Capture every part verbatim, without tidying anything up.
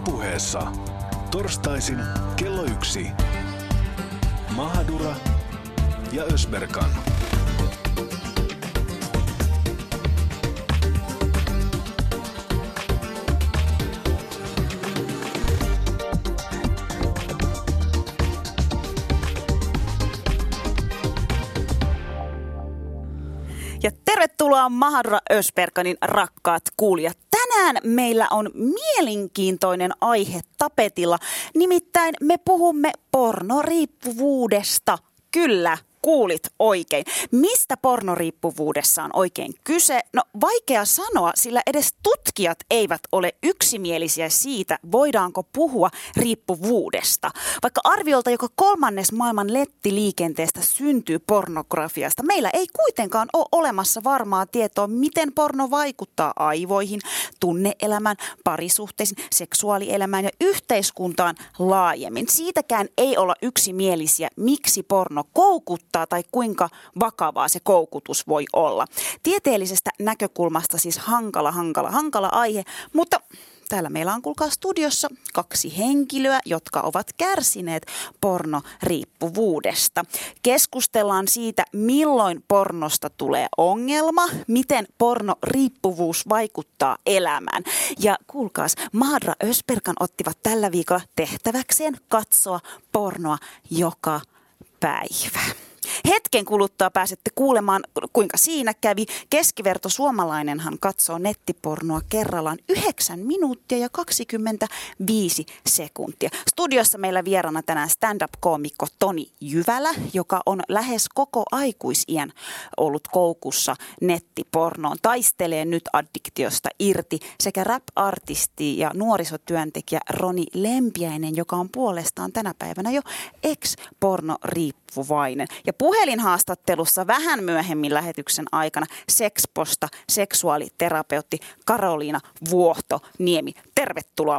Ylepuheessa torstaisin kello yksi. Mahadura ja Ösberkan. Ja tervetuloa Mahadura Ösberkanin rakkaat kuulijat. Tänään meillä on mielenkiintoinen aihe tapetilla. Nimittäin me puhumme pornoriippuvuudesta. Kyllä, kuulit oikein. Mistä pornoriippuvuudessa on oikein kyse? No vaikea sanoa, sillä edes tutkijat eivät ole yksimielisiä siitä, voidaanko puhua riippuvuudesta. Vaikka arviolta joka kolmannes maailman nettiliikenteestä syntyy pornografiasta, meillä ei kuitenkaan ole olemassa varmaa tietoa, miten porno vaikuttaa aivoihin, tunneelämään, parisuhteisiin, seksuaalielämään ja yhteiskuntaan laajemmin. Siitäkään ei olla yksimielisiä, miksi porno koukuttaa tai kuinka vakavaa se koukutus voi olla. Tieteellisestä näkökulmasta siis hankala, hankala, hankala aihe, mutta täällä meillä on kuulkaa studiossa kaksi henkilöä, jotka ovat kärsineet pornoriippuvuudesta. Keskustellaan siitä, milloin pornosta tulee ongelma, miten pornoriippuvuus vaikuttaa elämään. Ja kuulkaas, Mahadura Ösberkan ottivat tällä viikolla tehtäväkseen katsoa pornoa joka päivä. Hetken kuluttua pääsette kuulemaan, kuinka siinä kävi. Keskiverto suomalainenhan katsoo nettipornoa kerrallaan yhdeksän minuuttia ja kaksikymmentäviisi sekuntia. Studiossa meillä vieraana tänään stand-up-koomikko Toni Jyvälä, joka on lähes koko aikuisiän ollut koukussa nettipornoon. Taistelee nyt addiktiosta irti sekä rap-artisti ja nuorisotyöntekijä Roni Lempiäinen, joka on puolestaan tänä päivänä jo ex-pornoriippuvainen. Ja puhelinhaastattelussa vähän myöhemmin lähetyksen aikana Sexposta seksuaaliterapeutti Karoliina Vuohtoniemi. Tervetuloa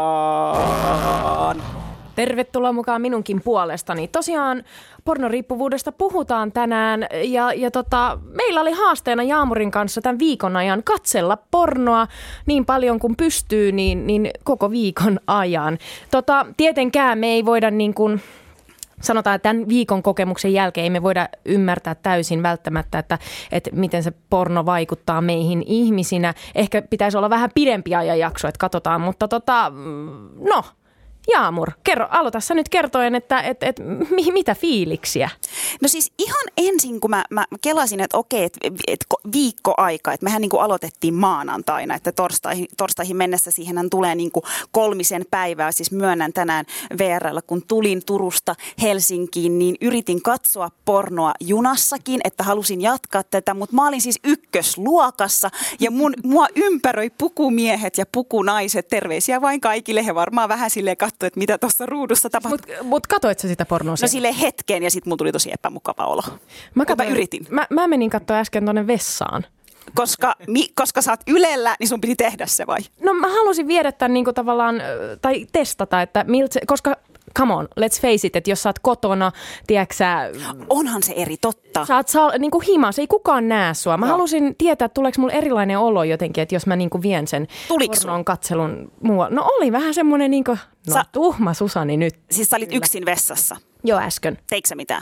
mukaan! Tervetuloa mukaan minunkin puolestani. Tosiaan pornoriippuvuudesta puhutaan tänään ja, ja tota, meillä oli haasteena Jaamurin kanssa tämän viikon ajan katsella pornoa niin paljon kuin pystyy niin, niin koko viikon ajan. Tota, tietenkään me ei voida niin kuin sanotaan, että tämän viikon kokemuksen jälkeen ei me voida ymmärtää täysin välttämättä, että, että miten se porno vaikuttaa meihin ihmisinä. Ehkä pitäisi olla vähän pidempi ajanjakso, että katsotaan, mutta tota, no, Jaamur, kerro, aloita sä nyt kertoen, että et, et, mi, mitä fiiliksiä? No siis ihan ensin, kun mä, mä kelasin, että okei, että et viikko aika, että mehän niin kuin aloitettiin maanantaina, että torstaihin, torstaihin mennessä siihenhän tulee niin kuin kolmisen päivää, siis myönnän tänään V R:llä, kun tulin Turusta Helsinkiin, niin yritin katsoa pornoa junassakin, että halusin jatkaa tätä, mutta mä olin siis ykkösluokassa ja mun, mua ympäröi pukumiehet ja pukunaiset, terveisiä vain kaikille, he varmaan vähän silleen katsoivat, että mitä tuossa ruudussa tapahtuu. Mutta mut katoit sä sitä pornoa? No silleen hetken ja sitten mulla tuli tosi epämukava olo. Mä, katsoin, mä yritin. Mä, mä menin katsoa äsken tuonne vessaan. Koska, mi, koska sä oot Ylellä, niin sun piti tehdä se vai? No mä halusin viedä tämän niinku tavallaan, tai testata, että miltä, koska come on, let's face it, että jos sä oot kotona, tiedätkö sä, onhan se eri, totta. Sä oot sal, niinku himas, ei kukaan näe sua. Mä no. halusin tietää, että tuleeko mulla erilainen olo jotenkin, että jos mä niinku vien sen pornon katselun muualle. No oli vähän semmoinen niinku, no sä, tuhma Susani nyt. Siis sä olit Kyllä. yksin vessassa? Joo, äsken. Teikö sä mitään?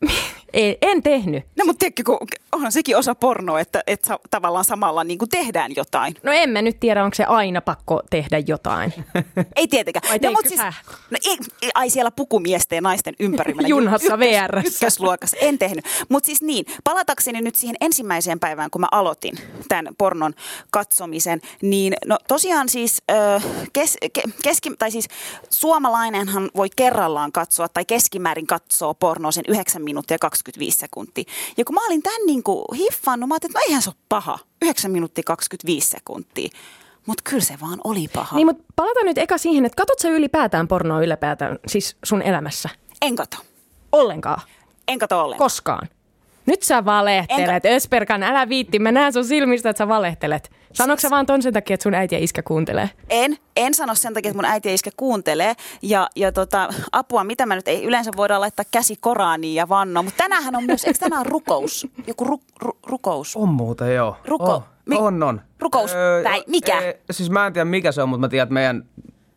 En, en tehnyt. No mutta tiedätkö, kun onhan sekin osa pornoa, että, että tavallaan samalla niin kuin tehdään jotain. No en mä nyt tiedä, onko se aina pakko tehdä jotain. Ei tietenkään. Vai no, mutta siis, no, ei, ai siellä pukumiesten ja naisten ympärimällä. Junassa V R:ssä. Ykkösluokassa. En tehnyt. Mutta siis niin, palatakseni nyt siihen ensimmäiseen päivään, kun mä aloitin tämän pornon katsomisen, niin no tosiaan siis, äh, kes, ke, keski, tai siis suomalainenhan voi kerrallaan katsoa tai keskimäärin katsoo pornoa sen yhdeksän minuuttia kaksikymmentäviisi sekuntia. Ja kun mä olin tämän niin kuin hiffannut, mä ajattelin, että no eihän se ole paha. yhdeksän minuuttia kaksikymmentäviisi sekuntia. Mutta kyllä se vaan oli paha. Niin, mutta palataan nyt eka siihen, että katsot sä ylipäätään pornoa ylipäätään siis sun elämässä? En kato. Ollenkaan? En kato ollenkaan. Koskaan? Nyt sä valehtelet. Ösberkan, älä viitti. Mä näen sun silmistä, että sä valehtelet. Sanoitko sä vaan ton sen takia, että sun äiti ja iskä kuuntelee? En. En sano sen takia, että mun äiti ja iskä kuuntelee. Ja, ja tota, apua, mitä mä nyt, ei yleensä voidaan laittaa käsi Koraaniin ja vannoa. Mutta tänäänhän on myös, eikö tänään rukous? Joku ru, ru, rukous? On muuten, joo. Ruko, oh. mi, on, on. Rukous, öö, tai mikä? E, siis mä en tiedä mikä se on, mutta mä tiedän, että meidän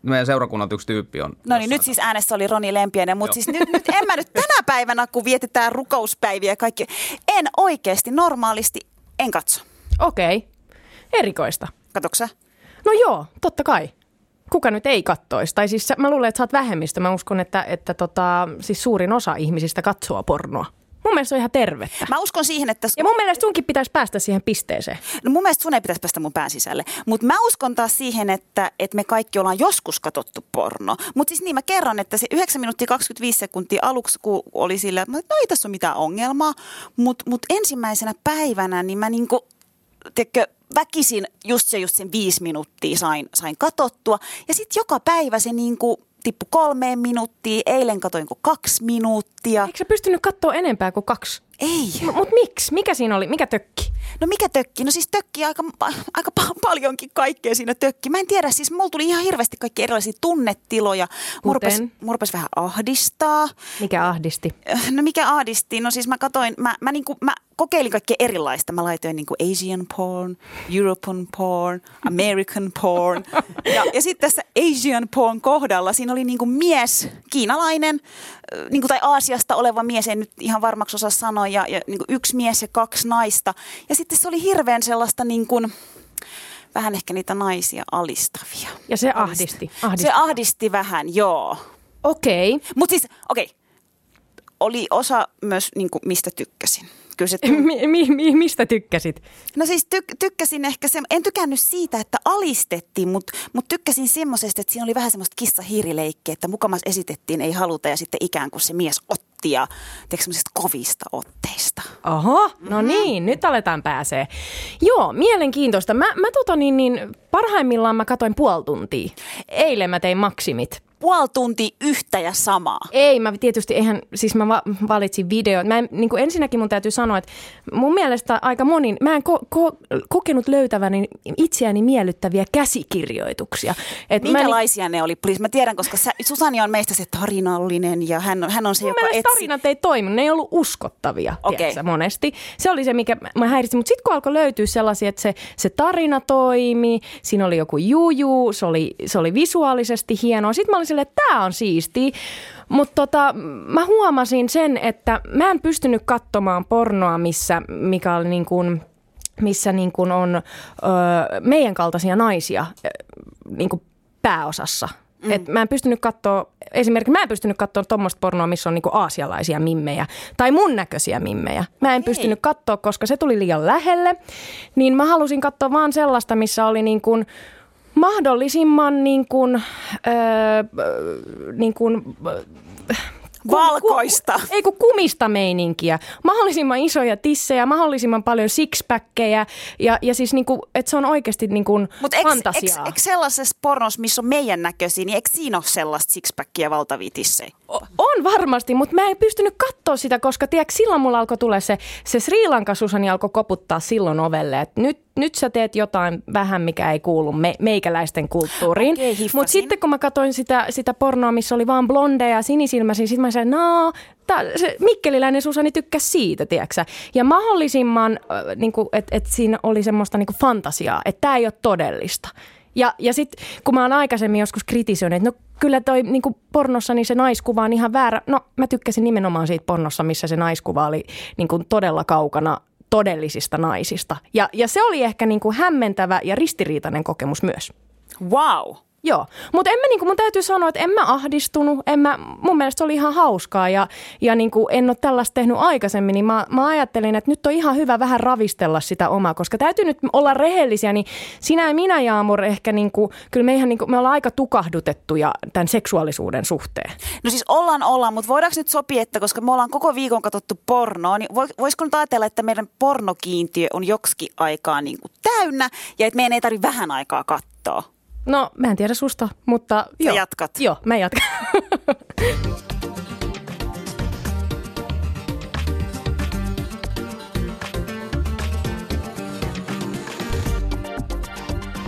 meidän seurakunnalta yksi tyyppi on. No niin, nyt siis äänessä oli Roni Lempiäinen, mutta siis nyt, nyt en mä nyt tänä päivänä, kun vietetään rukouspäiviä ja kaikki, en oikeasti normaalisti, en katso. Okei, okay. Erikoista. Katoksa? No joo, totta kai. Kuka nyt ei kattoisi? Tai siis mä luulen, että sä oot vähemmistö. Mä uskon, että, että tota, siis suurin osa ihmisistä katsoo pornoa. Mun mielestä se on ihan tervettä. Mä uskon siihen, että... Ja mun mielestä sunkin pitäisi päästä siihen pisteeseen. No mun mielestä sun ei pitäisi päästä mun pään sisälle. Mutta mä uskon taas siihen, että, että me kaikki ollaan joskus katsottu porno. Mutta siis niin mä kerron, että se yhdeksän minuuttia kaksikymmentäviisi sekuntia aluksi kun oli sillä, että no ei tässä ole mitään ongelmaa. Mutta mut ensimmäisenä päivänä niin mä niinku, teikö, väkisin just se just sen viisi minuuttia sain, sain katsottua. Ja sitten joka päivä se niinku... tippu kolmeen minuuttia, eilen katoinko kaksi minuuttia. Eikö sä pystynyt katsoa enempää kuin kaksi? Ei. M- Mutta miksi? Mikä siinä oli? Mikä tökki? No mikä tökki? No siis tökki aika, aika paljonkin kaikkea siinä tökki. Mä en tiedä, siis mulla tuli ihan hirveästi kaikki erilaisia tunnetiloja. Mua rupesi, mua rupesi vähän ahdistaa. Mikä ahdisti? No mikä ahdisti? No siis mä katoin, mä, mä, niinku, mä kokeilin kaikkea erilaista. Mä laitoin niinku Asian porn, European porn, American porn. Ja, ja sitten tässä Asian porn kohdalla siinä oli niinku mies, kiinalainen, niinku, tai Aasiasta oleva mies, en nyt ihan varmaksi osaa sanoa, ja, ja niinku yksi mies ja kaksi naista. Ja sitten se oli hirveän sellaista niin kuin, vähän ehkä niitä naisia alistavia. Ja se ahdisti. ahdisti. Se ahdisti vähän, joo. Okei. Okay. Mutta siis, okei, okay. Oli osa myös, niin kuin, mistä tykkäsin. Kyllä se tunt... mi, mi, mi, mistä tykkäsit? No siis tyk- tykkäsin ehkä, se, en tykännyt siitä, että alistettiin, mutta mut tykkäsin semmoisesta, että siinä oli vähän semmoista kissa-hiirileikkiä, että mukamas esitettiin, ei haluta, ja sitten ikään kuin se mies otti ja teki semmoisista kovista otteista. Oho, no mm-hmm. niin, nyt aletaan pääsee. Joo, mielenkiintoista. Mä, mä tota niin, niin parhaimmillaan mä katoin puoli tuntia. Eilen mä tein maksimit. Puoli tuntia yhtä ja samaa. Ei, mä tietysti eihän, siis mä va- valitsin videot. Mä en, niin kuin ensinnäkin mun täytyy sanoa, että mun mielestä aika moni, mä en ko- ko- kokenut löytäväni itseäni miellyttäviä käsikirjoituksia. Et minkälaisia mä, ne oli? Mä tiedän, koska sä, Susani on meistä se tarinallinen ja hän on, hän on se, mun joka etsi. tarinat ei toiminut, ne ei ollut uskottavia, okay. tiedätkö, monesti. Se oli se, mikä mä häiritsin. Mutta sitten kun alkoi löytyä sellaisia, että se, se tarina toimi, siinä oli joku juju, se oli, se oli visuaalisesti hienoa. Sitten mä olin silleen, että tää on siistiä. Mutta tota, mä huomasin sen, että mä en pystynyt katsomaan pornoa, missä, mikä oli niin kuin, missä niin kuin on ö, meidän kaltaisia naisia ö, niin kuin pääosassa. Mm. Et mä en pystynyt katsoa, esimerkiksi mä en pystynyt katsoa tuommoista pornoa, missä on niinku aasialaisia mimmejä tai mun näköisiä mimmejä. Mä en Hei. pystynyt katsoa, koska se tuli liian lähelle. Niin mä halusin katsoa vaan sellaista, missä oli niin kuin mahdollisimman niin kuin, öö, niin kuin, valkoista. Ku, ku, ei kun kumista meininkiä. Mahdollisimman isoja tissejä, mahdollisimman paljon sixpackkejä ja, ja siis niinku, että se on oikeasti niinku fantasiaa. Mutta eikö sellaisessa pornossa, missä on meidän näköisiä, niin eikö siinä ole sellaista sixpackia valtavia tissejä? On varmasti, mutta mä en pystynyt katsoa sitä, koska tiedätkö, silloin mulla alkoi tulla se, se Sri Lanka Susani alkoi koputtaa silloin ovelle, että nyt, nyt sä teet jotain vähän, mikä ei kuulu me, meikäläisten kulttuuriin. Okay, mutta sitten kun mä katsoin sitä, sitä pornoa, missä oli vaan blondeja ja sinisilmäisiä, sitten mä sanoin, no, tää, se mikkeliläinen Susani tykkäsi siitä, tiedätkö. Ja mahdollisimman, äh, niinku, että et siinä oli semmoista niinku fantasiaa, että tämä ei ole todellista. Ja, ja sitten kun mä oon aikaisemmin joskus kritisoinut, että no kyllä toi niinku pornossa niin se naiskuva on ihan väärä. No mä tykkäsin nimenomaan siitä pornossa, missä se naiskuva oli niinku todella kaukana todellisista naisista. Ja, ja se oli ehkä niinku hämmentävä ja ristiriitainen kokemus myös. Wow! Joo, mutta en mä, niinku, mun täytyy sanoa, että en mä ahdistunut, en mä, mun mielestä se oli ihan hauskaa ja, ja niinku, en ole tällaista tehnyt aikaisemmin, niin mä, mä ajattelin, että nyt on ihan hyvä vähän ravistella sitä omaa, koska täytyy nyt olla rehellisiä, niin sinä ja minä, Jaamur, ehkä niinku, kyllä me, ihan niinku, me ollaan aika tukahdutettuja tämän seksuaalisuuden suhteen. No siis ollaan, ollaan, mutta voidaanko nyt sopia, että koska me ollaan koko viikon katsottu pornoa, niin voisiko nyt ajatella, että meidän pornokiintiö on joksikin aikaa niinku täynnä ja että meidän ei tarvitse vähän aikaa katsoa? No, mä en tiedä susta, mutta Sä joo. jatkat. Joo, mä jatkan.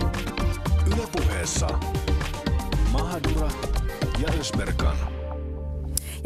Yle Puheessa Mahadura ja Ösberkan.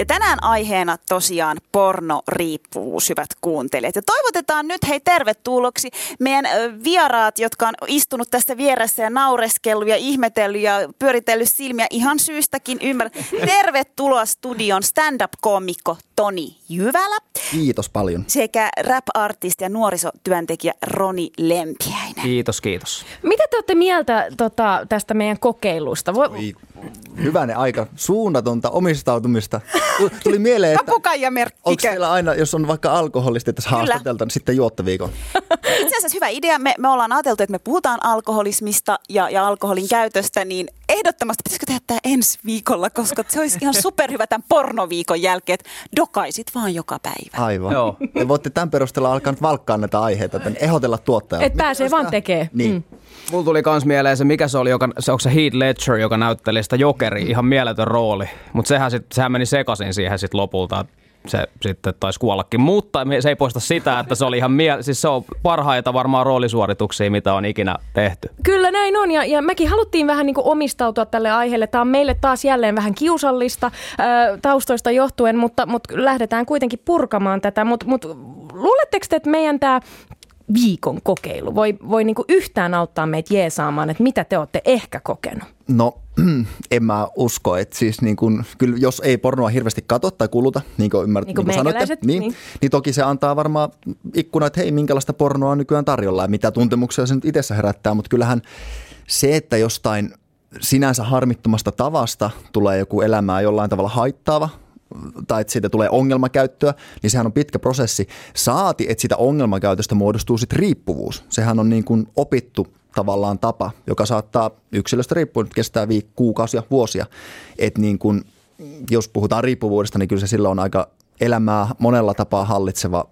Ja tänään aiheena tosiaan pornoriippuvuus, hyvät kuuntelijat. Ja toivotetaan nyt hei tervetulloksi meidän vieraat, jotka on istunut tässä vieressä ja naureskellut ja ihmetellyt ja pyöritellyt silmiä ihan syystäkin ymmärrän. Tervetuloa studion stand-up-koomikko Toni Jyvälä. Kiitos paljon. Sekä rap-artisti ja nuorisotyöntekijä Roni Lempiäinen. Kiitos, kiitos. Mitä te olette mieltä tota, tästä meidän kokeilusta? Voi... Hyvänen aika, suunnatonta omistautumista. Tuli mieleen, että onko siellä aina, jos on vaikka alkoholisti tässä haastatelta, niin sitten juottaviikon. Itse asiassa hyvä idea. Me, me ollaan ajateltu, että me puhutaan alkoholismista ja, ja alkoholin käytöstä, niin ehdottomasti pitäisikö tehdä tämä ensi viikolla, koska se olisi ihan superhyvä tämän pornoviikon jälkeen, että dokaisit vaan joka päivä. Aivan. Joo. Te voitte tämän perusteella alkaa nyt valkkaa näitä aiheita, että ehdotella tuottajalle. Että pääsee vaan tekemään. Niin. Mm. Mulla tuli kans mieleen se, mikä se oli, joka, se, onko se Heath Ledger, joka näytteli sitä Jokeria, ihan mieletön rooli. Mutta sehän, sit, sehän meni sekaisin siihen sit lopulta, se sitten taisi kuollakin. Mutta se ei poista sitä, että se oli ihan mie- siis se on parhaita varmaan roolisuorituksia, mitä on ikinä tehty. Kyllä näin on, ja, ja mekin haluttiin vähän niin kuin omistautua tälle aiheelle. Tämä on meille taas jälleen vähän kiusallista ää, taustoista johtuen, mutta, mutta lähdetään kuitenkin purkamaan tätä. Mutta mut, luuletteko te, että meidän tämä viikon kokeilu voi, voi niin kuin yhtään auttaa meitä jeesaamaan, että mitä te olette ehkä kokenut? No, en mä usko, että siis niin kun, kyllä jos ei pornoa hirveästi katso tai kuluta, niin kuin ymmärrät, niin kuin sanoitte, niin, niin. niin toki se antaa varmaan ikkuna, että hei, minkälaista pornoa on nykyään tarjolla ja mitä tuntemuksia se nyt itsessä herättää, mutta kyllähän se, että jostain sinänsä harmittomasta tavasta tulee joku elämää jollain tavalla haittaava, tai että siitä tulee ongelmakäyttöä, niin sehän on pitkä prosessi. Saati, että sitä ongelmakäytöstä muodostuu sitten riippuvuus. Sehän on niin kuin opittu tavallaan tapa, joka saattaa yksilöstä riippuen kestää viik- kuukausia, vuosia. Että niin kuin, jos puhutaan riippuvuudesta, niin kyllä se silloin on aika elämää monella tapaa hallitseva,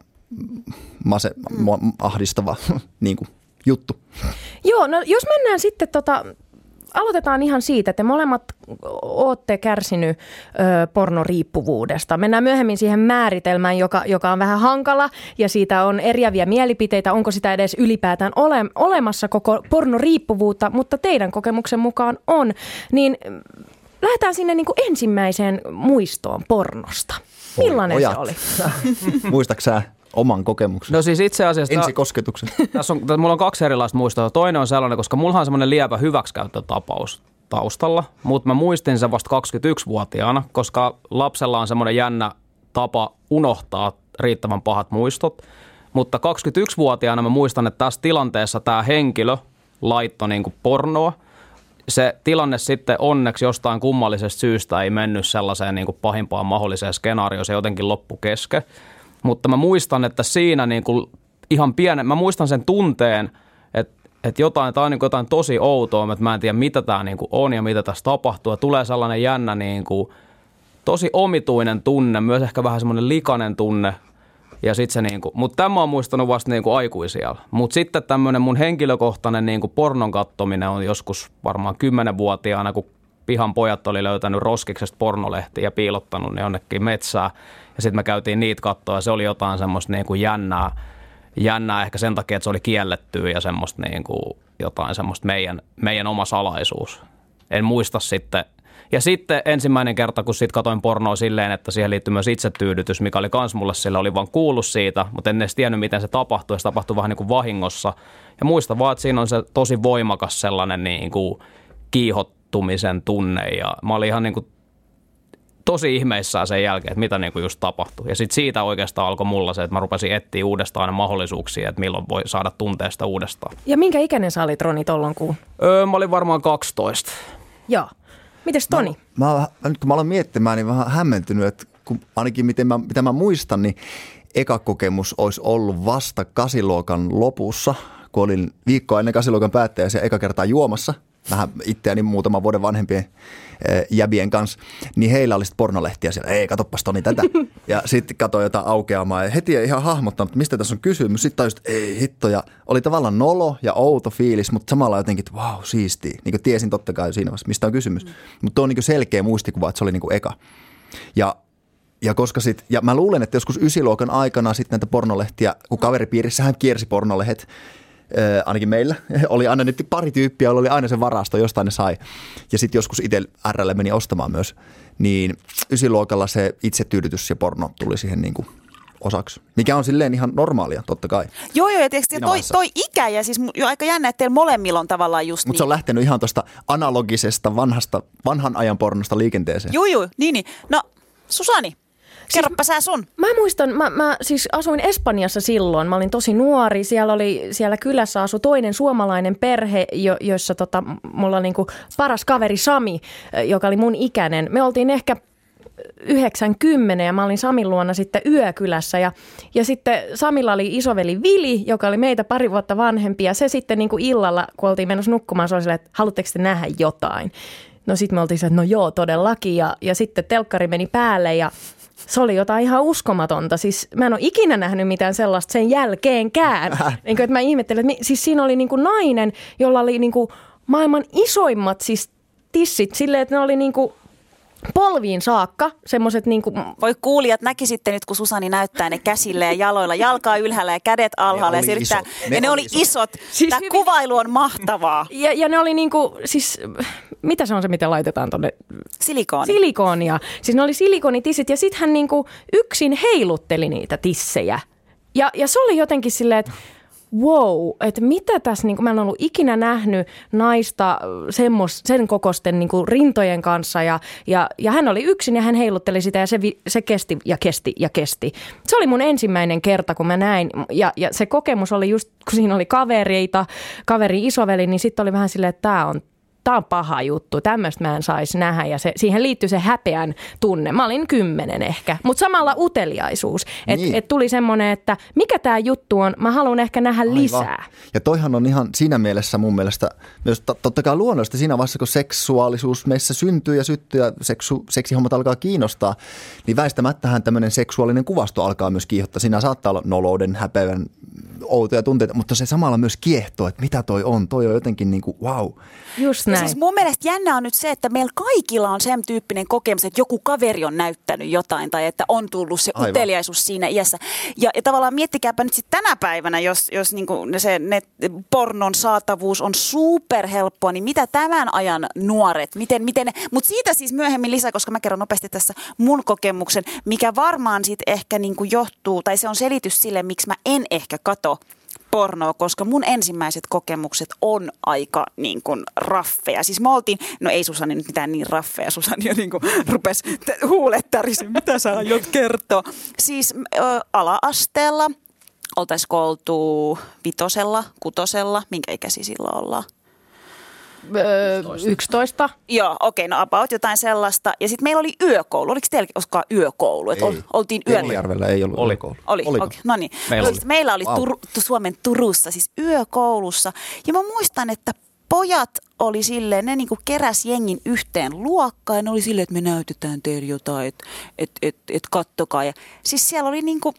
mase, ahdistava niin kuin juttu. Joo, no jos mennään sitten tota... Aloitetaan ihan siitä, että molemmat olette kärsinyt ö, pornoriippuvuudesta. Mennään myöhemmin siihen määritelmään, joka, joka on vähän hankala ja siitä on eriäviä mielipiteitä. Onko sitä edes ylipäätään ole, olemassa koko pornoriippuvuutta, mutta teidän kokemuksen mukaan on. Niin lähdetään sinne niin kuin ensimmäiseen muistoon pornosta. Millainen Ojat. se oli? Muistatko sä oman kokemuksen? No siis itse asiassa... Ensikosketuksen. Tässä on, mulla on kaksi erilaista muistoa. Toinen on sellainen, koska mulla on semmoinen lievä hyväksikäyttötapaus taustalla, mutta mä muistin sen vasta kaksikymmentäyksivuotiaana, koska lapsella on semmoinen jännä tapa unohtaa riittävän pahat muistot. Mutta kaksikymmentäyksivuotiaana mä muistan, että tässä tilanteessa tämä henkilö laittoi niin kuin pornoa. Se tilanne sitten onneksi jostain kummallisesta syystä ei mennyt sellaiseen niin kuin pahimpaan mahdolliseen skenaarioon, se jotenkin loppu kesken. Mutta mä muistan, että siinä niin kuin ihan pienen, mä muistan sen tunteen, että, että jotain, tämä on niin kuin jotain tosi outoa, että mä en tiedä mitä tämä niin kuin on ja mitä tässä tapahtuu. Ja tulee sellainen jännä, niin kuin, tosi omituinen tunne, myös ehkä vähän semmoinen likainen tunne. Ja sit se niin kuin, mutta tämä on muistanut vasta niin kuin aikuisiällä. Mutta sitten tämmöinen mun henkilökohtainen niin kuin pornon kattominen on joskus varmaan kymmenvuotiaana, kun pihan pojat oli löytänyt roskiksesta pornolehtiä ja piilottanut ne jonnekin metsään. Ja sitten me käytiin niitä katsoa ja se oli jotain semmoista niin kuin jännää, jännää ehkä sen takia, että se oli kiellettyä ja semmoista niin kuin jotain semmoista meidän, meidän oma salaisuus. En muista sitten. Ja sitten ensimmäinen kerta, kun sitten katoin pornoa silleen, että siihen liittyy myös itsetyydytys, mikä oli kans mulle sille, oli vaan kuullut siitä, mutta en edes tiennyt, miten se tapahtui. Ja se tapahtui vähän niin kuin vahingossa. Ja muista vaan, että siinä on se tosi voimakas sellainen niin kuin kiihottumisen tunne. Ja mä olin ihan niin kuin tosi ihmeissään sen jälkeen, että mitä niin kuin just tapahtui. Ja sitten siitä oikeastaan alkoi mulla se, että mä rupesin etsiä uudestaan aina mahdollisuuksia, että milloin voi saada tunteesta uudestaan. Ja minkä ikäinen sä olit, Roni, tollon kuun? Öö, mä olin varmaan kaksitoista. Joo. Mites Toni? Mä, mä, nyt kun mä aloin miettimään, niin vähän hämmentynyt, että kun ainakin miten mä, mitä mä muistan, niin eka kokemus olisi ollut vasta kasiluokan lopussa, kun olin viikkoa ennen kasiluokan päättäjäisiä eka kertaa juomassa. Vähän itseäni muutaman vuoden vanhempien äh, jäbien kanssa, niin heillä oli sitten pornolehtiä siellä. Ei, katoppas Toni tätä. Ja sitten katsoin jotain aukeamaa ja heti ei ihan hahmottanut, mistä tässä on kysymys. Sitten tajusin, että ei hitto. Ja oli tavallaan nolo ja outo fiilis, mutta samalla jotenkin, että vau, siistii. Niin kuin tiesin totta kai siinä vaiheessa, mistä on kysymys. Mm. Mutta tuo on niin selkeä muistikuva, että se oli niin kuin eka. Ja Ja, koska sit, ja mä luulen, että joskus ysiluokan aikana sitten näitä pornolehtiä, kun kaveripiirissähän kiersi pornolehet, Äh, ainakin meillä, oli aina nyt pari tyyppiä, joilla oli aina se varasto, jostain ne sai. Ja sitten joskus itse R L meni ostamaan myös. niin ysiluokalla se itsetyydytys ja porno tuli siihen niin kuin osaksi, mikä on silleen ihan normaalia, totta kai. Joo, joo, ja tietysti toi, toi ikä, ja siis jo aika jännä, että teillä molemmilla on tavallaan just Mutta niin. se on lähtenyt ihan tuosta analogisesta vanhasta, vanhan ajan pornosta liikenteeseen. Joo, joo, niin, niin. No, Susani, kerropa sä sun. Mä muistan, mä, mä siis asuin Espanjassa silloin. Mä olin tosi nuori. Siellä oli siellä kylässä asui toinen suomalainen perhe, jo, jossa tota, mulla oli niinku paras kaveri Sami, joka oli mun ikäinen. Me oltiin ehkä yhdeksänkymmentä ja mä olin Samin luona sitten yökylässä ja, ja sitten Samilla oli isoveli Vili, joka oli meitä pari vuotta vanhempi ja se sitten niin kuin illalla, kun oltiin menossa nukkumaan, se oli silleen, että haluatteko te nähdä jotain? No sitten me oltiin silleen, että no joo todellakin ja, ja sitten telkkari meni päälle ja se oli jotain ihan uskomatonta. Siis mä en ole ikinä nähnyt mitään sellaista sen jälkeenkään. Niin kuin, että mä ihmettelin, että siis siinä oli niin kuin nainen, jolla oli niin kuin maailman isoimmat siis tissit silleen, että ne oli niin kuin polviin saakka, semmoiset niinku... Voi kuulijat näkisitte nyt, kun Susani näyttää ne käsillä ja jaloilla, jalkaa ylhäällä ja kädet alhaalla. Ja, se yrittää, ne ja ne oli isot. isot. Siis Tämä hyvin... kuvailu on mahtavaa. Ja, ja ne oli niinku, siis, mitä se on se, miten laitetaan tonne? Silikooni. Silikoonia. Siis ne oli silikonitissit ja sitten hän niinku yksin heilutteli niitä tissejä. Ja, ja se oli jotenkin silleen, että wow, että mitä tässä, niin kuin, mä en ollut ikinä nähnyt naista semmos, sen kokosten niin kuin rintojen kanssa ja, ja, ja hän oli yksin ja hän heilutteli sitä ja se, se kesti ja kesti ja kesti. Se oli mun ensimmäinen kerta, kun mä näin ja, ja se kokemus oli just, kun siinä oli kavereita, kaveri isoveli, niin sitten oli vähän silleen, että tää on Tämä on paha juttu, tämmöistä mä en saisi nähdä ja se, siihen liittyy se häpeän tunne. Mä olin kymmenen ehkä, mutta samalla uteliaisuus. Että niin. et tuli semmoinen, että mikä tämä juttu on, mä haluan ehkä nähdä Aivan. lisää. Ja toihan on ihan siinä mielessä mun mielestä myös totta kai luonnollista siinä vaiheessa, kun seksuaalisuus meissä syntyy ja syttyy ja seksu, seksihommat alkaa kiinnostaa, niin väistämättähän tämmöinen seksuaalinen kuvasto alkaa myös kiihottaa. Siinä saattaa olla nolouden, häpeän, outoja tunteita, mutta se samalla myös kiehtoo, että mitä toi on. Toi on jotenkin niin kuin wow. Just näin. Siis mun mielestä jännä on nyt se, että meillä kaikilla on sen tyyppinen kokemus, että joku kaveri on näyttänyt jotain tai että on tullut se Aivan. uteliaisuus siinä iässä. Ja, ja tavallaan miettikääpä nyt sitten tänä päivänä, jos, jos niinku se net, pornon saatavuus on superhelppoa, niin mitä tämän ajan nuoret, miten, miten mutta siitä siis myöhemmin lisää, koska mä kerron nopeasti tässä mun kokemuksen, mikä varmaan sitten ehkä niinku johtuu, tai se on selitys sille, miksi mä en ehkä kato pornoa, koska mun ensimmäiset kokemukset on aika niin kuin raffeja. Siis me oltiin, no ei Susani nyt mitään niin raffeja, Susani jo niin kuin rupesi huulettarisin, mitä sä aiot kertoa. Siis ö, ala-asteella, oltaisiko oltu vitosella, kutosella, minkä ikäisiä silloin ollaan? Öö, yksitoista. Joo, okei, okay, no about jotain sellaista. Ja sitten meillä oli yökoulu. Oliko teillä koskaan yökoulu? Et ei. Oltiin yöllä. Kemijärvellä ei ollut oli. yökoulu. Oli, okei. Okay, no niin. Meillä oli, meillä oli wow. Tur- Suomen Turussa, siis yökoulussa. Ja mä muistan, että pojat oli silleen, ne niinku keräs jengin yhteen luokkaan. Ja ne oli silleen, että me näytetään teille jotain, että et, et, et kattokaa. Ja siis siellä oli niinku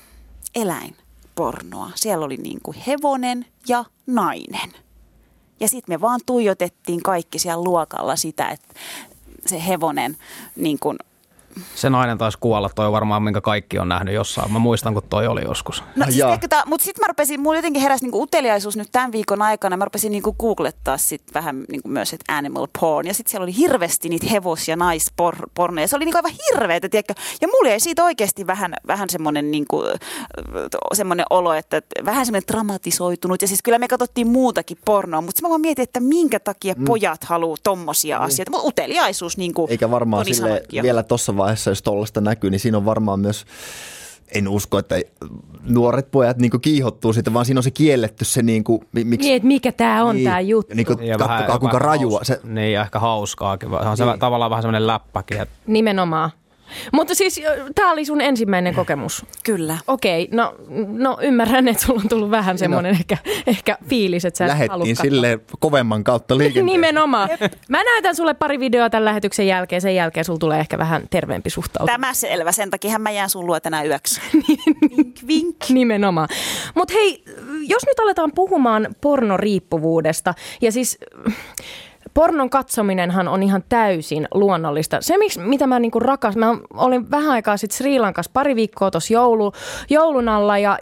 eläinpornoa. Siellä oli niinku hevonen ja nainen. Ja sitten me vaan tuijotettiin kaikki siellä luokalla sitä, että se hevonen niin kuin... Se nainen taisi kuolla, toi varmaan minkä kaikki on nähnyt jossain. Mä muistan, kun toi oli joskus. No siis ta, mutta sitten mä rupesin, mulla jotenkin heräsi niinku uteliaisuus nyt tämän viikon aikana. Mä rupesin niinku googlettaa sit vähän niinku myös, että animal porn. Ja sitten siellä oli hirveästi niitä hevos- ja naisporneja. Se oli niinku aivan hirveetä, tiedätkö? Ja mulla jäi siitä oikeasti vähän, vähän semmoinen niinku, semmoinen olo, että vähän semmoinen dramatisoitunut. Ja siis kyllä me katsottiin muutakin pornoa, mutta mä vaan mietin, että minkä takia mm. pojat haluaa tommosia mm. asioita. Mutta uteliaisuus niin eikä varmaan sille vielä tossa vaiheessa, jos tollaista näkyy, niin siinä on varmaan myös, en usko, että nuoret pojat niin kuin kiihottuu siitä, vaan siinä on se kielletty se niin kuin, miksi... Niin, että mikä tämä on niin, tämä juttu. Niin kuin, kattokaa kuinka rajua. Haus, se... Niin, ja ehkä hauskaakin. Se on niin. se, tavallaan vähän semmoinen läppäkin. Että... Nimenomaan. Mutta siis tämä oli sun ensimmäinen kokemus. Kyllä. Okei, no, no ymmärrän, että sulla on tullut vähän semmoinen no. ehkä, ehkä fiilis, että sä et lähettiin silleen kovemman kautta liikenteeseen. Nimenomaan. Mä näytän sulle pari videoa tämän lähetyksen jälkeen. Sen jälkeen sulla tulee ehkä vähän terveempi suhtautuminen. Tämä selvä. Sen takia mä jään sun luo tänään yöksi. Vink, vink. Nimenomaan. Mutta hei, jos nyt aletaan puhumaan pornoriippuvuudesta ja siis... Pornon katsominenhan on ihan täysin luonnollista. Se, miksi, mitä mä niinku rakas, mä olin vähän aikaa sitten Sri Lankassa pari viikkoa tuossa joulu, joulun alla ja, ja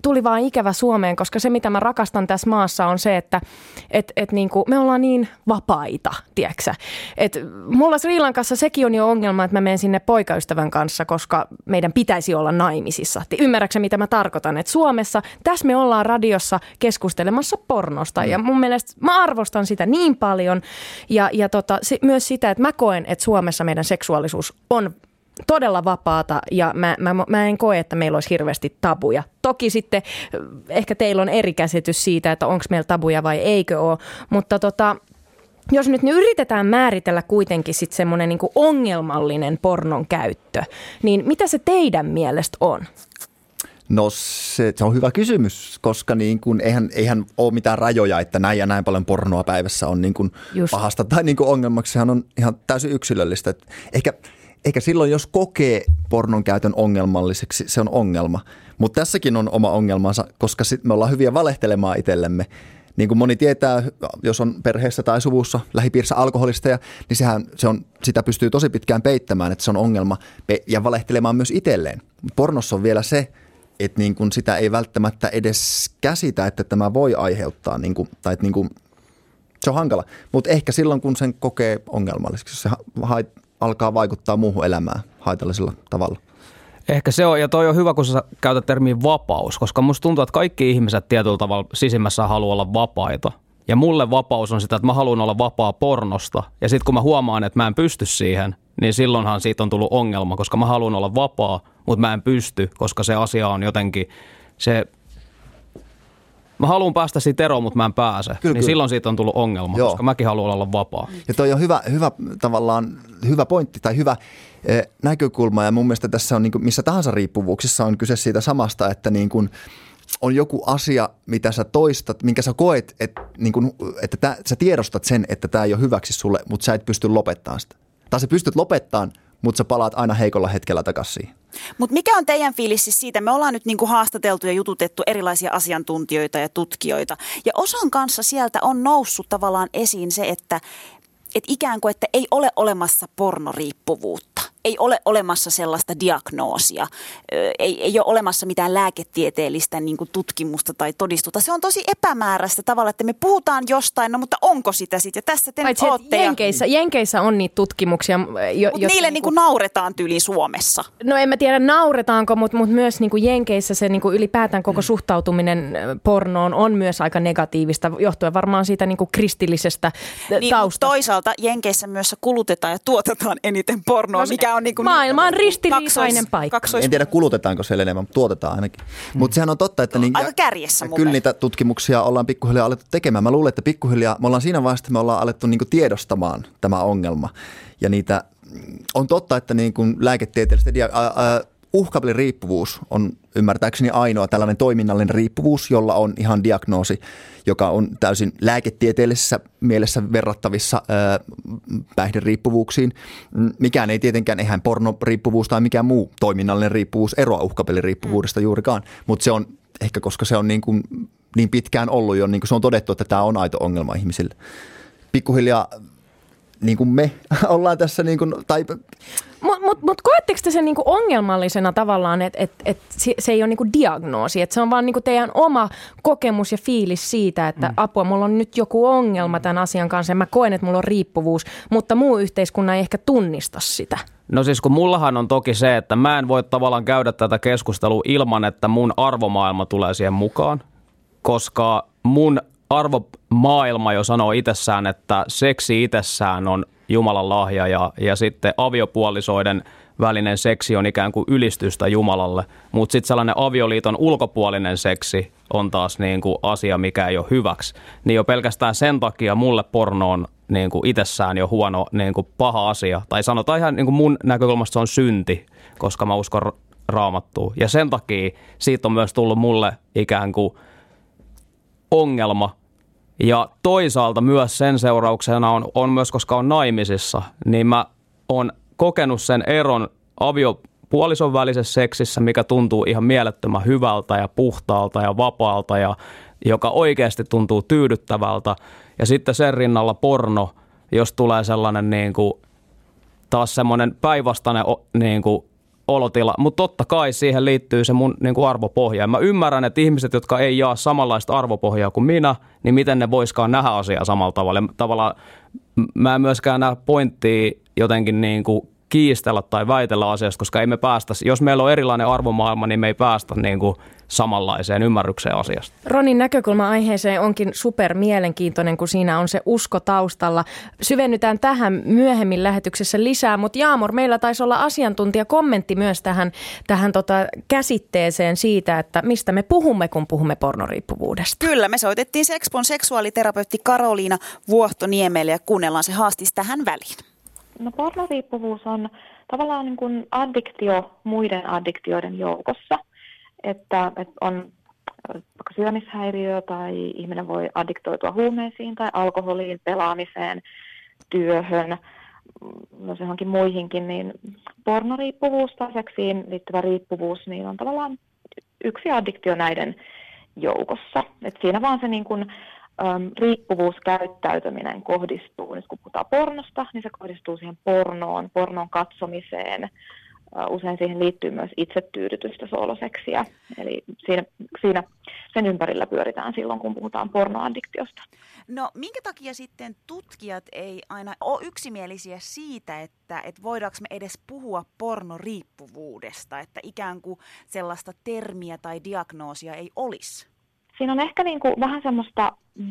tuli vaan ikävä Suomeen, koska se mitä mä rakastan tässä maassa on se, että et, et niinku, me ollaan niin vapaita, tiedätkö? Et mulla Sri Lankassa sekin on jo ongelma, että mä menen sinne poikaystävän kanssa, koska meidän pitäisi olla naimisissa. Ymmärrätkö mitä mä tarkoitan? Että Suomessa, tässä me ollaan radiossa keskustelemassa pornosta mm. ja mun mielestä mä arvostan sitä niin paljon ja, ja tota, se, myös sitä, että mä koen, että Suomessa meidän seksuaalisuus on todella vapaata ja mä, mä, mä en koe, että meillä olisi hirveästi tabuja. Toki sitten ehkä teillä on eri käsitys siitä, että onko meillä tabuja vai eikö ole, mutta tota, jos nyt yritetään määritellä kuitenkin sitten semmoinen niinku ongelmallinen pornon käyttö, niin mitä se teidän mielestä on? No se, se on hyvä kysymys, koska niin kuin, eihän, eihän ole mitään rajoja, että näin ja näin paljon pornoa päivässä on niin kuin pahasta tai niin kuin ongelmaksi. Sehän on ihan täysin yksilöllistä. Että ehkä, ehkä silloin, jos kokee pornon käytön ongelmalliseksi, se on ongelma. Mutta tässäkin on oma ongelmansa, koska sit me ollaan hyviä valehtelemaan itsellemme. Niin kuin moni tietää, jos on perheessä tai suvussa lähipiirissä alkoholisteja, niin sehän, se on, sitä pystyy tosi pitkään peittämään, että se on ongelma ja valehtelemaan myös itselleen. Pornossa on vielä se, että niin kuin sitä ei välttämättä edes käsitä, että tämä voi aiheuttaa, niin kuin, tai että niin kuin, se on hankala. Mutta ehkä silloin, kun sen kokee ongelmalliseksi, se hait, alkaa vaikuttaa muuhun elämään haitallisella tavalla. Ehkä se on, ja toi on hyvä, kun sä käytät termiä vapaus, koska musta tuntuu, että kaikki ihmiset tietyllä tavalla sisimmässä haluaa olla vapaita. Ja mulle vapaus on sitä, että mä haluan olla vapaa pornosta. Ja sitten kun mä huomaan, että mä en pysty siihen, niin silloinhan siitä on tullut ongelma, koska mä haluan olla vapaa, mutta mä en pysty, koska se asia on jotenkin se... Mä haluan päästä siitä eroon, mutta mä en pääse. Kyllä, niin kyllä. Silloin siitä on tullut ongelma, Joo. koska mäkin haluan olla vapaa. Ja toi on hyvä, hyvä tavallaan hyvä pointti tai hyvä eh, näkökulma. Ja mun mielestä tässä on niin kuin missä tahansa riippuvuuksissa on kyse siitä samasta, että niin kuin on joku asia, mitä sä toistat, minkä sä koet, että, niin kuin, että tää, sä tiedostat sen, että tämä ei ole hyväksi sulle, mutta sä et pysty lopettamaan sitä. Tai sä pystyt lopettamaan, mutta sä palaat aina heikolla hetkellä takaisin siihen. Mutta mikä on teidän fiilis siis siitä? Me ollaan nyt niinku haastateltu ja jututettu erilaisia asiantuntijoita ja tutkijoita. Ja osan kanssa sieltä on noussut tavallaan esiin se, että et ikään kuin, että ei ole olemassa pornoriippuvuutta. Ei ole olemassa sellaista diagnoosia. Ei, ei ole olemassa mitään lääketieteellistä niin kuin tutkimusta tai todistusta. Se on tosi epämääräistä tavalla, että me puhutaan jostain, no mutta onko sitä sitten? Ja tässä te nyt ootte. Jenkeissä, Jenkeissä on niitä tutkimuksia. Jo, mutta niille niin kuin nauretaan tyyliin Suomessa. No en mä tiedä nauretaanko, mutta, mutta myös niin kuin Jenkeissä se niin kuin ylipäätään koko suhtautuminen pornoon on myös aika negatiivista, johtuen varmaan siitä niin kuin kristillisestä niin, taustasta. Toisaalta Jenkeissä myös kulutetaan ja tuotetaan eniten pornoa, no, mikä on niin kuin maailma on ristiriitainen paikka. En tiedä kulutetaanko siellä enemmän, mutta tuotetaan ainakin. Mm. Mutta sehän on totta, että niin, aika kärjessä kyllä niitä tutkimuksia ollaan pikkuhiljaa alettu tekemään. Mä luulen, että pikkuhiljaa me ollaan siinä vaiheessa, että me ollaan alettu niin kuin tiedostamaan tämä ongelma. Ja niitä on totta, että niin kuin lääketieteellistä dia- ä, ä, uhkapeliriippuvuus on ymmärtääkseni ainoa tällainen toiminnallinen riippuvuus, jolla on ihan diagnoosi, joka on täysin lääketieteellisessä mielessä verrattavissa ää, päihderiippuvuuksiin. Mikään ei tietenkään, eihän pornoriippuvuus tai mikään muu toiminnallinen riippuvuus eroa uhkapeliriippuvuudesta juurikaan, mutta se on ehkä, koska se on niin, kuin, niin pitkään ollut jo, niin kuin se on todettu, että tämä on aito ongelma ihmisille. Pikkuhiljaa niin kuin me ollaan tässä niin kuin, tai... Mutta mut, mut koetteko te sen niinku ongelmallisena tavallaan, että et, et se ei ole niinku diagnoosi, että se on vaan niinku teidän oma kokemus ja fiilis siitä, että mm. apua, mulla on nyt joku ongelma tämän asian kanssa ja mä koen, että mulla on riippuvuus, mutta muu yhteiskunnan ei ehkä tunnista sitä. No siis kun mullahan on toki se, että mä en voi tavallaan käydä tätä keskustelua ilman, että mun arvomaailma tulee siihen mukaan, koska mun arvomaailma jo sanoo itsessään, että seksi itsessään on Jumalan lahja ja, ja sitten aviopuolisoiden välinen seksi on ikään kuin ylistystä Jumalalle, mutta sitten sellainen avioliiton ulkopuolinen seksi on taas niin kuin asia, mikä ei ole hyväksi. Niin jo pelkästään sen takia mulle porno on niin kuin itsessään jo huono, niin kuin paha asia. Tai sanotaan ihan niin kuin mun näkökulmasta se on synti, koska mä uskon Raamattuun. Ja sen takia siitä on myös tullut mulle ikään kuin ongelma. Ja toisaalta myös sen seurauksena on, on myös, koska on naimisissa, niin mä oon kokenut sen eron aviopuolison välisessä seksissä, mikä tuntuu ihan mielettömän hyvältä ja puhtaalta ja vapaalta ja joka oikeasti tuntuu tyydyttävältä. Ja sitten sen rinnalla porno, jos tulee sellainen niin kuin, taas semmoinen päinvastainen niin kuin olotila, mutta totta kai siihen liittyy se mun niin kuin arvopohja. Ja mä ymmärrän, että ihmiset, jotka ei jaa samanlaista arvopohjaa kuin minä, niin miten ne voiskaan nähdä asiaa samalla tavalla. Ja tavallaan mä en myöskään näe pointtia jotenkin niin kuin kiistellä tai väitellä asiasta, koska ei me päästä, jos meillä on erilainen arvomaailma, niin me ei päästä niin kuin samanlaiseen ymmärrykseen asiasta. Ronin näkökulma aiheeseen onkin super mielenkiintoinen, kun siinä on se usko taustalla. Syvennytään tähän myöhemmin lähetyksessä lisää, mutta Jaamur, meillä taisi olla asiantuntijakommentti myös tähän, tähän tota käsitteeseen siitä, että mistä me puhumme, kun puhumme pornoriippuvuudesta. Kyllä, me soitettiin Sexpon seksuaaliterapeutti Karoliina Vuohtoniemelle ja kuunnellaan se haastis tähän väliin. No pornoriippuvuus on tavallaan niin kuin addiktio muiden addiktioiden joukossa, että, että on vaikka syömishäiriö tai ihminen voi addiktoitua huumeisiin tai alkoholiin, pelaamiseen, työhön, myös johonkin muihinkin, niin pornoriippuvuus tai seksiin liittyvä riippuvuus niin on tavallaan yksi addiktio näiden joukossa. Et siinä vaan se niin kuin Um, riippuvuuskäyttäytyminen kohdistuu, nyt kun puhutaan pornosta, niin se kohdistuu siihen pornoon, pornon katsomiseen. Uh, usein siihen liittyy myös itsetyydytystä, sooloseksiä. Eli siinä, siinä sen ympärillä pyöritään silloin, kun puhutaan pornoaddiktiosta. No minkä takia sitten tutkijat ei aina ole yksimielisiä siitä, että, että voidaanko me edes puhua pornoriippuvuudesta, että ikään kuin sellaista termiä tai diagnoosia ei olisi? Siinä on ehkä niin kuin vähän semmoista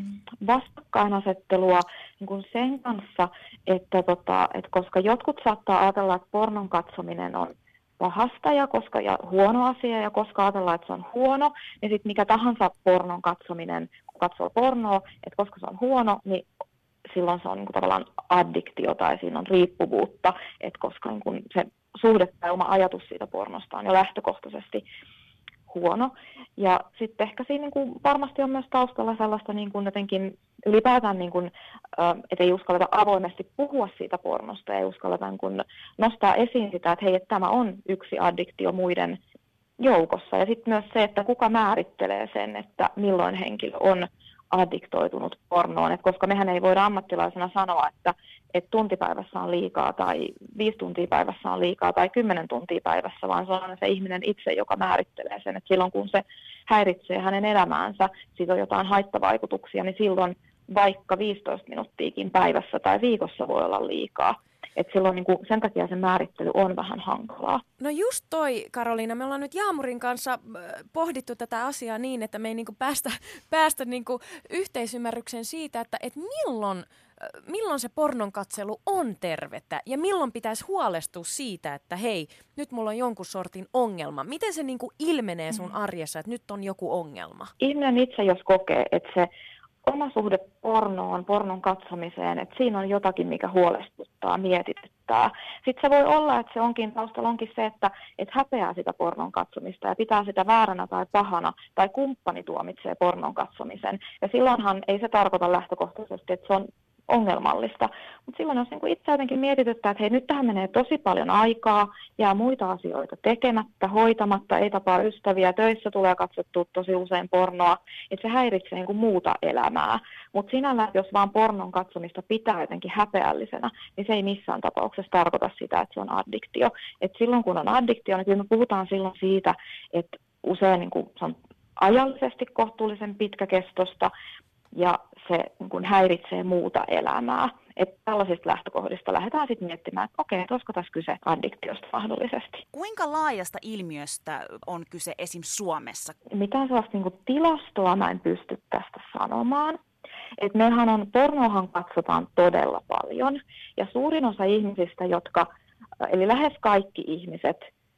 vastakkainasettelua niin kuin sen kanssa, että, tota, että koska jotkut saattaa ajatella, että pornon katsominen on pahasta ja, koska, ja huono asia, ja koska ajatellaan, että se on huono, niin sitten mikä tahansa pornon katsominen, kun katsoo pornoa, että koska se on huono, niin silloin se on niin kuin tavallaan addiktio tai siinä on riippuvuutta, että koska niin kuin se suhde tai oma ajatus siitä pornosta on jo lähtökohtaisesti huono. Ja sitten ehkä siinä niin kuin varmasti on myös taustalla sellaista niin kuin jotenkin ylipäätään, niin kuin, että ei uskalleta avoimesti puhua siitä pornosta, ei uskalleta niin kuin nostaa esiin sitä, että hei, että tämä on yksi addiktio muiden joukossa. Ja sitten myös se, että kuka määrittelee sen, että milloin henkilö on addiktoitunut pornoon, että koska mehän ei voida ammattilaisena sanoa, että, että tuntipäivässä on liikaa tai viisi tuntia päivässä on liikaa tai kymmenen tuntia päivässä, vaan se on se ihminen itse, joka määrittelee sen, että silloin kun se häiritsee hänen elämäänsä, siitä on jotain haittavaikutuksia, niin silloin vaikka viisitoista minuuttiakin päivässä tai viikossa voi olla liikaa. Et silloin niin kuin sen takia se määrittely on vähän hankalaa. No just toi, Karoliina, me ollaan nyt Jaamurin kanssa pohdittu tätä asiaa niin, että me ei niin kuin päästä, päästä niin kuin yhteisymmärrykseen siitä, että et milloin, milloin se pornon katselu on tervettä ja milloin pitäisi huolestua siitä, että hei, nyt mulla on jonkun sortin ongelma. Miten se niin kuin ilmenee sun arjessa, että nyt on joku ongelma? Ihminen itse, jos kokee, että se oma suhde pornoon, pornon katsomiseen, että siinä on jotakin, mikä huolestuttaa, mietityttää. Sitten se voi olla, että se onkin taustalla onkin se, että et häpeää sitä pornon katsomista ja pitää sitä vääränä tai pahana, tai kumppani tuomitsee pornon katsomisen. Ja silloinhan ei se tarkoita lähtökohtaisesti, että se on ongelmallista. Mutta silloin jos niinku itse jotenkin mietityttää, että hei, nyt tähän menee tosi paljon aikaa, jää muita asioita tekemättä, hoitamatta, ei tapaa ystäviä, töissä tulee katsottua tosi usein pornoa, että se häiritsee niinku muuta elämää. Mutta sinällä, jos vaan pornon katsomista pitää jotenkin häpeällisenä, niin se ei missään tapauksessa tarkoita sitä, että se on addiktio. Et silloin kun on addiktio, niin kyllä me puhutaan silloin siitä, että usein niinku, se on ajallisesti kohtuullisen pitkäkestosta, ja se niin kuin häiritsee muuta elämää. Että tällaisista lähtökohdista lähdetään sitten miettimään, että okei, olisiko tässä kyse addiktiosta mahdollisesti. Kuinka laajasta ilmiöstä on kyse esim. Suomessa? Mitään sellaista niin kuin tilastoa mä en pysty tästä sanomaan. Et meillähän on, pornoahan katsotaan todella paljon. Ja suurin osa ihmisistä, jotka, eli lähes kaikki ihmiset,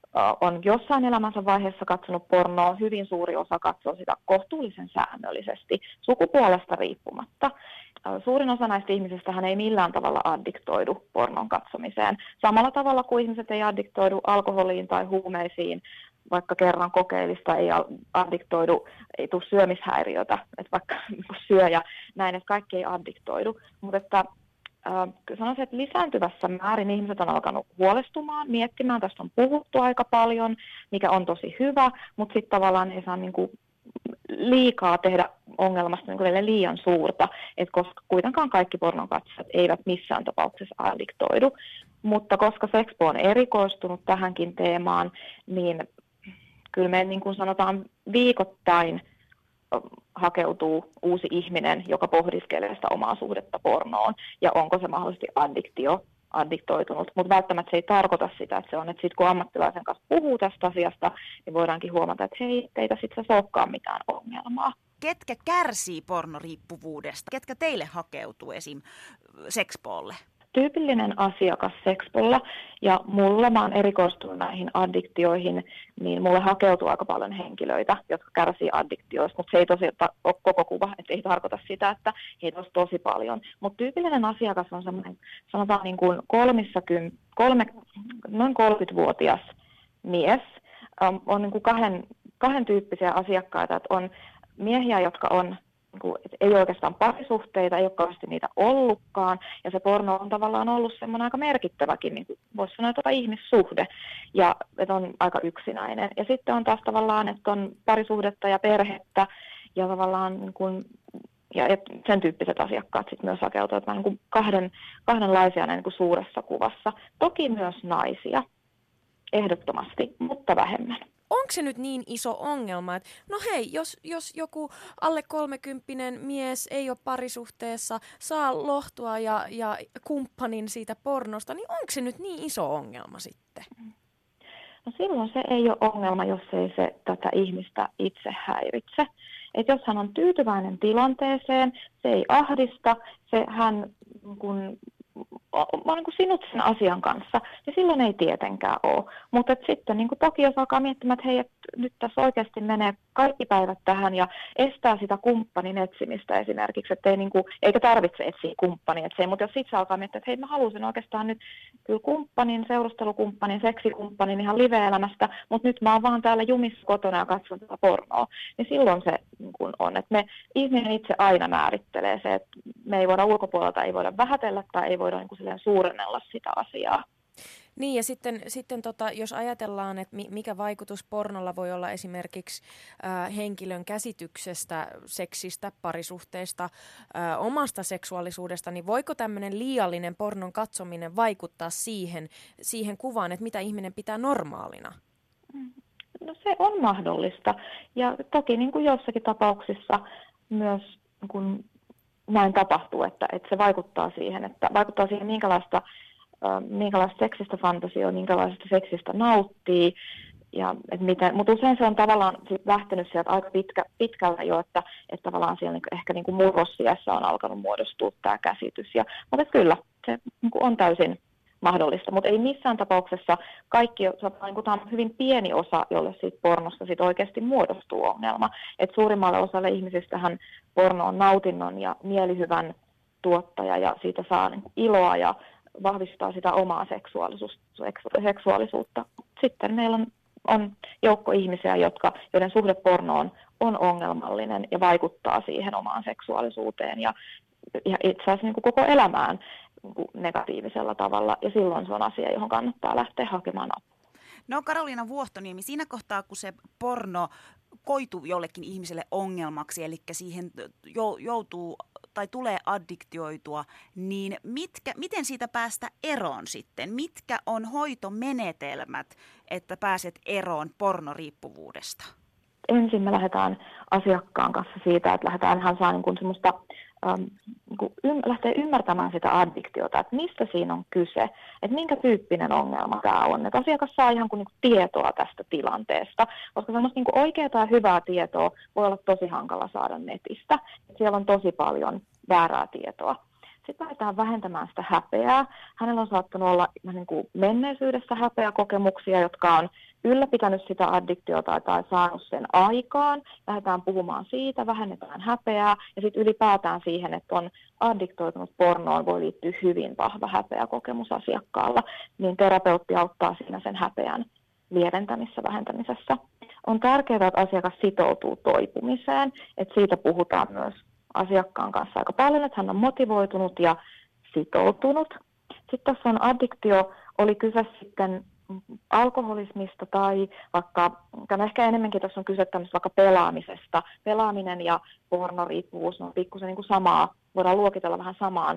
on jossain elämänsä vaiheessa katsonut pornoa, hyvin suuri osa katsoo sitä kohtuullisen säännöllisesti, sukupuolesta riippumatta. Suurin osa näistä ihmisistähän ei millään tavalla addiktoidu pornon katsomiseen. Samalla tavalla kuin ihmiset ei addiktoidu alkoholiin tai huumeisiin, vaikka kerran kokeilista ei addiktoidu, ei tule syömishäiriötä, että vaikka syö ja näin, että kaikki ei addiktoidu. Mutta että Kyllä sanoisin, että lisääntyvässä määrin ihmiset on alkanut huolestumaan, miettimään, tästä on puhuttu aika paljon, mikä on tosi hyvä, mutta sitten tavallaan ei saa niinku liikaa tehdä ongelmasta niinku liian suurta, et koska kuitenkaan kaikki pornonkatsojat eivät missään tapauksessa addiktoidu. mutta koska Sexpo on erikoistunut tähänkin teemaan, niin kyllä me niin kuin sanotaan viikoittain hakeutuu uusi ihminen, joka pohdiskelee sitä omaa suhdetta pornoon ja onko se mahdollisesti addiktio, addiktoitunut, mutta välttämättä se ei tarkoita sitä, että se on, että sitten kun ammattilaisen kanssa puhuu tästä asiasta, niin voidaankin huomata, että hei, teitä sitten se olekaan mitään ongelmaa. Ketkä kärsii pornoriippuvuudesta? Ketkä teille hakeutuu esim. Sexpolle? Tyypillinen asiakas Sexpolla, ja mulla, mä oon erikoistunut näihin addiktioihin, niin mulle hakeutuu aika paljon henkilöitä, jotka kärsii addiktioista, mutta se ei tosiaan ole koko kuva, että ei tarkoita sitä, että heitä olisi tosi paljon. Mutta tyypillinen asiakas on semmoinen, sanotaan niin kuin kolmekymmentä, kolme, noin kolmekymmentävuotias mies, um, on niin kuin kahden, kahden tyyppisiä asiakkaita, että on miehiä, jotka on ei oikeastaan parisuhteita, ei ole kauheasti niitä ollutkaan, ja se porno on tavallaan ollut semmoinen aika merkittäväkin, niin kuin voisi sanoa, että ihmissuhde, ja että on aika yksinäinen. Ja sitten on taas tavallaan, että on parisuhdetta ja perhettä, ja tavallaan niin kuin, ja sen tyyppiset asiakkaat sitten myös hakeutuvat niin kuin kahden, kahdenlaisia niin kuin suuressa kuvassa. Toki myös naisia, ehdottomasti, mutta vähemmän. Onko se nyt niin iso ongelma, että no hei, jos, jos joku alle kolmekymppinen mies ei ole parisuhteessa, saa lohtua ja, ja kumppanin siitä pornosta, niin onko se nyt niin iso ongelma sitten? No silloin se ei ole ongelma, jos ei se tätä ihmistä itse häiritse. Et jos hän on tyytyväinen tilanteeseen, se ei ahdista, se hän kun mä niin kuin sinut sen asian kanssa, niin silloin ei tietenkään ole. Mutta sitten niin kuin toki jos alkaa miettimään, että hei, et nyt tässä oikeasti menee kaikki päivät tähän ja estää sitä kumppanin etsimistä esimerkiksi, että ei niin kuin, eikä tarvitse etsiä kumppania, että se, mutta jos sitten alkaa miettiä, että hei, mä haluaisin oikeastaan nyt kyllä kumppanin, seurustelukumppanin, seksikumppanin ihan live-elämästä, mutta nyt mä oon vaan täällä jumissa kotona ja katson tätä pornoa, niin silloin se niin kuin on, että me ihminen itse aina määrittelee se, että me ei voida ulkopuolelta, ei voida vähätellä tai ei voida niin kuin silleen suurennella sitä asiaa. Niin ja sitten, sitten tota, jos ajatellaan, että mikä vaikutus pornolla voi olla esimerkiksi äh, henkilön käsityksestä, seksistä, parisuhteesta, äh, omasta seksuaalisuudesta, niin voiko tämmöinen liiallinen pornon katsominen vaikuttaa siihen, siihen kuvaan, että mitä ihminen pitää normaalina? No se on mahdollista ja toki niin kuin jossakin tapauksissa myös niin kuin näin tapahtuu, että, että se vaikuttaa siihen, että vaikuttaa siihen minkälaista minkälaista seksistä fantasioa, minkälaisesta seksistä nauttii. Ja, miten, mutta usein se on tavallaan sit lähtenyt sieltä aika pitkä, pitkällä jo, että, että tavallaan siellä niinku, ehkä niinku murrosiässä on alkanut muodostua tämä käsitys. Ja, mutta kyllä, se niinku on täysin mahdollista, mutta ei missään tapauksessa kaikki, niinku, tämä on hyvin pieni osa, jolle siitä pornosta sit oikeasti muodostuu ongelma. Et suurimmalle osalle ihmisistähän porno on nautinnon ja mielihyvän tuottaja ja siitä saa niinku iloa ja vahvistaa sitä omaa seksuaalisuutta. Sitten meillä on, on joukko ihmisiä, jotka, joiden suhde pornoon on ongelmallinen ja vaikuttaa siihen omaan seksuaalisuuteen ja, ja itse asiassa niin kuin koko elämään niin kuin negatiivisella tavalla. Ja silloin se on asia, johon kannattaa lähteä hakemaan apua. No Karoliina Vuohtoniemi, siinä kohtaa kun se porno koituu jollekin ihmiselle ongelmaksi, eli siihen joutuu tai tulee addiktioitua, niin mitkä, miten siitä päästä eroon sitten? Mitkä on hoitomenetelmät, että pääset eroon pornoriippuvuudesta? Ensin me lähdetään asiakkaan kanssa siitä, että lähdetään hän saa niin kuin semmoista, ähm, niin kuin ym, lähtee ymmärtämään sitä addiktiota, että mistä siinä on kyse, että minkä tyyppinen ongelma tämä on. Että asiakas saa ihan kuin, niin kuin tietoa tästä tilanteesta, koska semmoista niin kuin oikeaa ja hyvää tietoa voi olla tosi hankala saada netistä. Että siellä on tosi paljon väärää tietoa. Sitten lähdetään vähentämään sitä häpeää. Hänellä on saattanut olla niin kuin menneisyydessä häpeäkokemuksia, jotka on ylläpitänyt sitä addiktiota tai saanut sen aikaan. Lähdetään puhumaan siitä, vähennetään häpeää ja sitten ylipäätään siihen, että on addiktoitunut pornoon, voi liittyä hyvin vahva häpeäkokemus asiakkaalla, niin terapeutti auttaa siinä sen häpeän lieventämisessä, vähentämisessä. On tärkeää, että asiakas sitoutuu toipumiseen, että siitä puhutaan myös asiakkaan kanssa aika paljon, että hän on motivoitunut ja sitoutunut. Sitten tässä on addiktio, oli kyse sitten alkoholismista tai vaikka, ehkä enemmänkin tässä on kyse tämmöistä vaikka pelaamisesta. Pelaaminen ja pornoriippuvuus on pikkusen niin kuin samaa, voidaan luokitella vähän samaan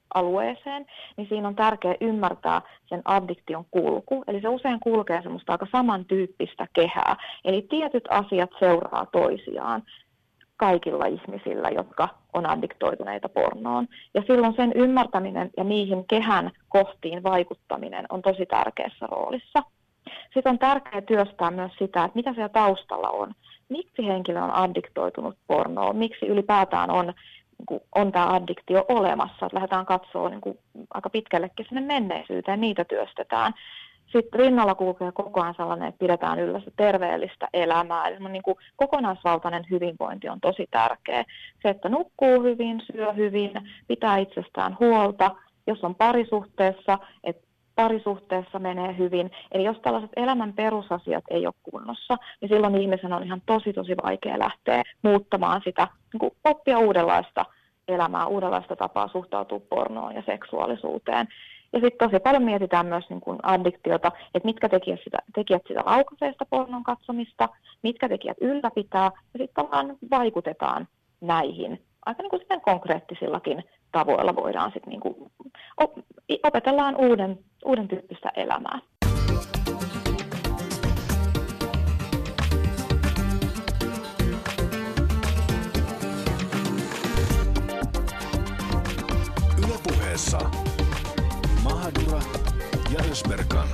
alueeseen, niin siinä on tärkeää ymmärtää sen addiktion kulku. Eli se usein kulkee semmoista aika samantyyppistä kehää. Eli tietyt asiat seuraa toisiaan kaikilla ihmisillä, jotka on addiktoituneita pornoon. Ja silloin sen ymmärtäminen ja niihin kehän kohtiin vaikuttaminen on tosi tärkeässä roolissa. Sitten on tärkeää työstää myös sitä, että mitä siellä taustalla on. Miksi henkilö on addiktoitunut pornoon? Miksi ylipäätään on, niin kuin, on tämä addiktio olemassa? Että lähdetään katsoa niin kuin, aika pitkällekin sinne menneisyyteen, niitä työstetään. Sitten rinnalla kulkee koko ajan sellainen, että pidetään yllä se terveellistä elämää. Eli niin kuin kokonaisvaltainen hyvinvointi on tosi tärkeä. Se, että nukkuu hyvin, syö hyvin, pitää itsestään huolta. Jos on parisuhteessa, että parisuhteessa menee hyvin. Eli jos tällaiset elämän perusasiat ei ole kunnossa, niin silloin ihmisen on ihan tosi, tosi vaikea lähteä muuttamaan sitä, niin kuin oppia uudenlaista elämää, uudenlaista tapaa suhtautua pornoon ja seksuaalisuuteen. Ja sitten tosi paljon mietitään myös niin kuin addiktiota, että mitkä tekijät sitä, tekijät sitä laukaisee sitä pornon katsomista, mitkä tekijät ylläpitää, ja sitten tavallaan vaikutetaan näihin. Aika niin kuin sitten konkreettisillakin tavoilla voidaan sitten niin kuin opetellaan uuden, uuden tyyppistä elämää. Yle Puheessa Mahadura ja Ösberkan.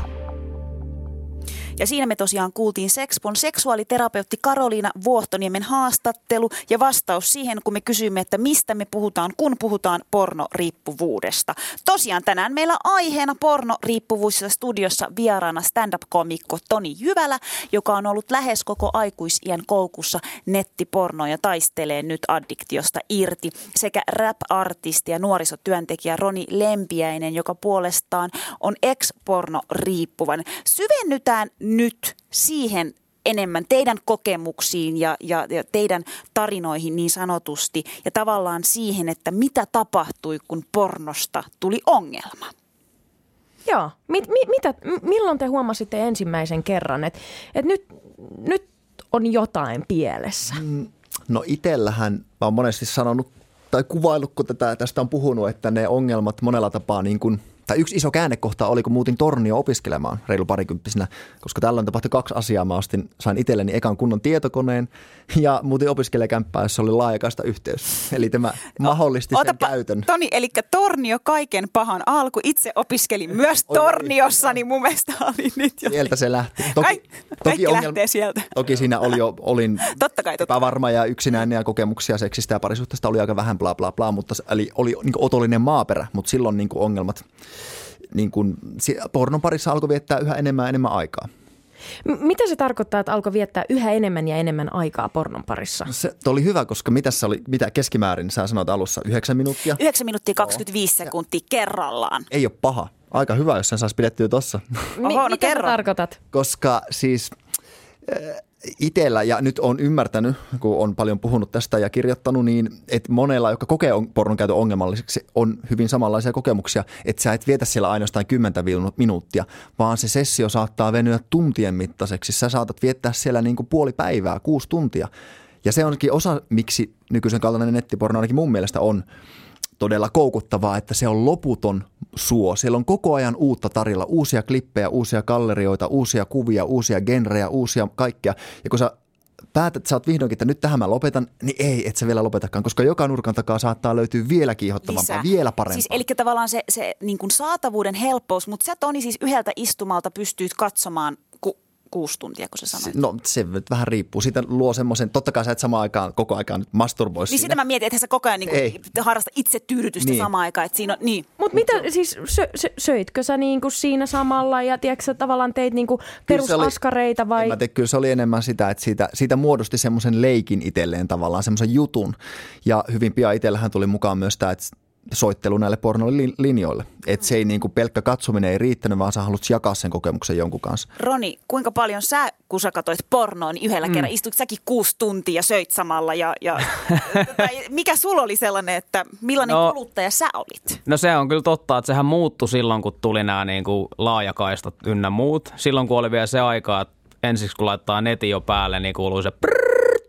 Ja siinä me tosiaan kuultiin Sexpon seksuaaliterapeutti Karoliina Vuohtoniemen haastattelu ja vastaus siihen, kun me kysymme, että mistä me puhutaan, kun puhutaan pornoriippuvuudesta. Tosiaan tänään meillä aiheena pornoriippuvuus studiossa vieraana stand-up-komikko Toni Jyvälä, joka on ollut lähes koko aikuisiän koukussa nettipornoon ja taistelee nyt addiktiosta irti. Sekä rap-artisti ja nuorisotyöntekijä Roni Lempiäinen, joka puolestaan on ex-pornoriippuvan. Syvennytään nyt siihen enemmän teidän kokemuksiin ja, ja, ja teidän tarinoihin niin sanotusti ja tavallaan siihen, että mitä tapahtui, kun pornosta tuli ongelma. Joo. Mit, mi, mitä, milloin te huomasitte ensimmäisen kerran, että, että nyt, nyt on jotain pielessä? No itsellähän mä oon monesti sanonut tai kuvaillut, kun tätä, tästä on puhunut, että ne ongelmat monella tapaa niin kuin tai yksi iso käännekohta oli, kun muutin Tornioon opiskelemaan reilu parikymppisenä, koska tällöin tapahtui kaksi asiaa. Mä ostin, sain itselleni ekan kunnon tietokoneen ja muutin opiskelijakämppään, jossa oli laajakaista yhteys. Eli tämä mahdollisti sen käytön. Toni, eli Tornio kaiken pahan alku. Itse opiskelin myös Torniossa, niin mun mielestä oli nyt jo. Sieltä se lähti. Toki, Kaik, toki kaikki ongelma, lähtee sieltä. Toki siinä oli jo, olin totta kai, totta. epävarma ja yksinäinen ja kokemuksia seksistä ja parisuhteesta oli aika vähän bla bla bla, mutta eli oli niin kuin otollinen maaperä, mutta silloin niin kuin ongelmat. Niin kun pornon parissa alkoi viettää yhä enemmän ja enemmän aikaa. M- mitä se tarkoittaa, että alkoi viettää yhä enemmän ja enemmän aikaa pornon parissa? Se oli hyvä, koska mitä se oli, mitä keskimäärin sä sanoit alussa, yhdeksän minuuttia? Yhdeksän minuuttia kaksikymmentäviisi sekuntia kerrallaan. Ei ole paha. Aika hyvä, jos sen saisi pidettyä tossa. Mi- Oho, no mitä sä tarkoitat? Koska siis äh, itsellä, ja nyt on ymmärtänyt, kun on paljon puhunut tästä ja kirjoittanut, niin että monella, jotka kokee pornon käytön ongelmalliseksi, on hyvin samanlaisia kokemuksia, että sä et vietä siellä ainoastaan kymmentä minuuttia, vaan se sessio saattaa venyä tuntien mittaiseksi. Sä saatat viettää siellä niin kuin puoli päivää, kuusi tuntia. Ja se onkin osa, miksi nykyisen kaltainen nettiporno ainakin mun mielestä on todella koukuttavaa, että se on loputon suo. Siellä on koko ajan uutta tarjolla, uusia klippejä, uusia gallerioita, uusia kuvia, uusia genrejä, uusia kaikkea. Ja kun sä päätät, että sä oot vihdoinkin, että nyt tähän mä lopetan, niin ei, et sä vielä lopetakaan, koska joka nurkan takaa saattaa löytyä vielä kiihottavampaa, lisää. Vielä parempaa. Siis eli tavallaan se, se niin kuin saatavuuden helppous, mutta sä Toni siis yhdeltä istumalta pystyt katsomaan ku, kuusi tuntia, kun sä sanoit. No se vähän riippuu. Siitä luo semmoisen, totta kai sä et samaan aikaan koko aikaan nyt masturboi niin siinä. Sitä mä mietin, että sä koko ajan niin kuin harrasta itse tyydytystä niin. Samaan aikaan. Että siinä on, niin. Mutta mitä, siis sö, sö, söitkö sä niin kuin siinä samalla ja tiedätkö sä tavallaan teit niin kuin perusaskareita vai? Mä te, kyllä se oli enemmän sitä, että siitä, siitä muodosti semmoisen leikin itselleen tavallaan, semmoisen jutun. Ja hyvin pian itsellähän tuli mukaan myös tämä, että soittelu näille pornolinjoille. Että se ei niin kuin pelkkä katsominen ei riittänyt, vaan sä haluat jakaa sen kokemuksen jonkun kanssa. Roni, kuinka paljon sä, kun sä katsoit pornoa, niin yhdellä mm. kerran istuit säkin kuusi tuntia ja söit samalla? Ja, ja, mikä sulla oli sellainen, että millainen no, kuluttaja sä olit? No se on kyllä totta, että sehän muuttui silloin, kun tuli nämä niin kuin laajakaistat ynnä muut. Silloin, kun oli vielä se aika, että ensiksi kun laittaa netin jo päälle, niin kuului se prrrt,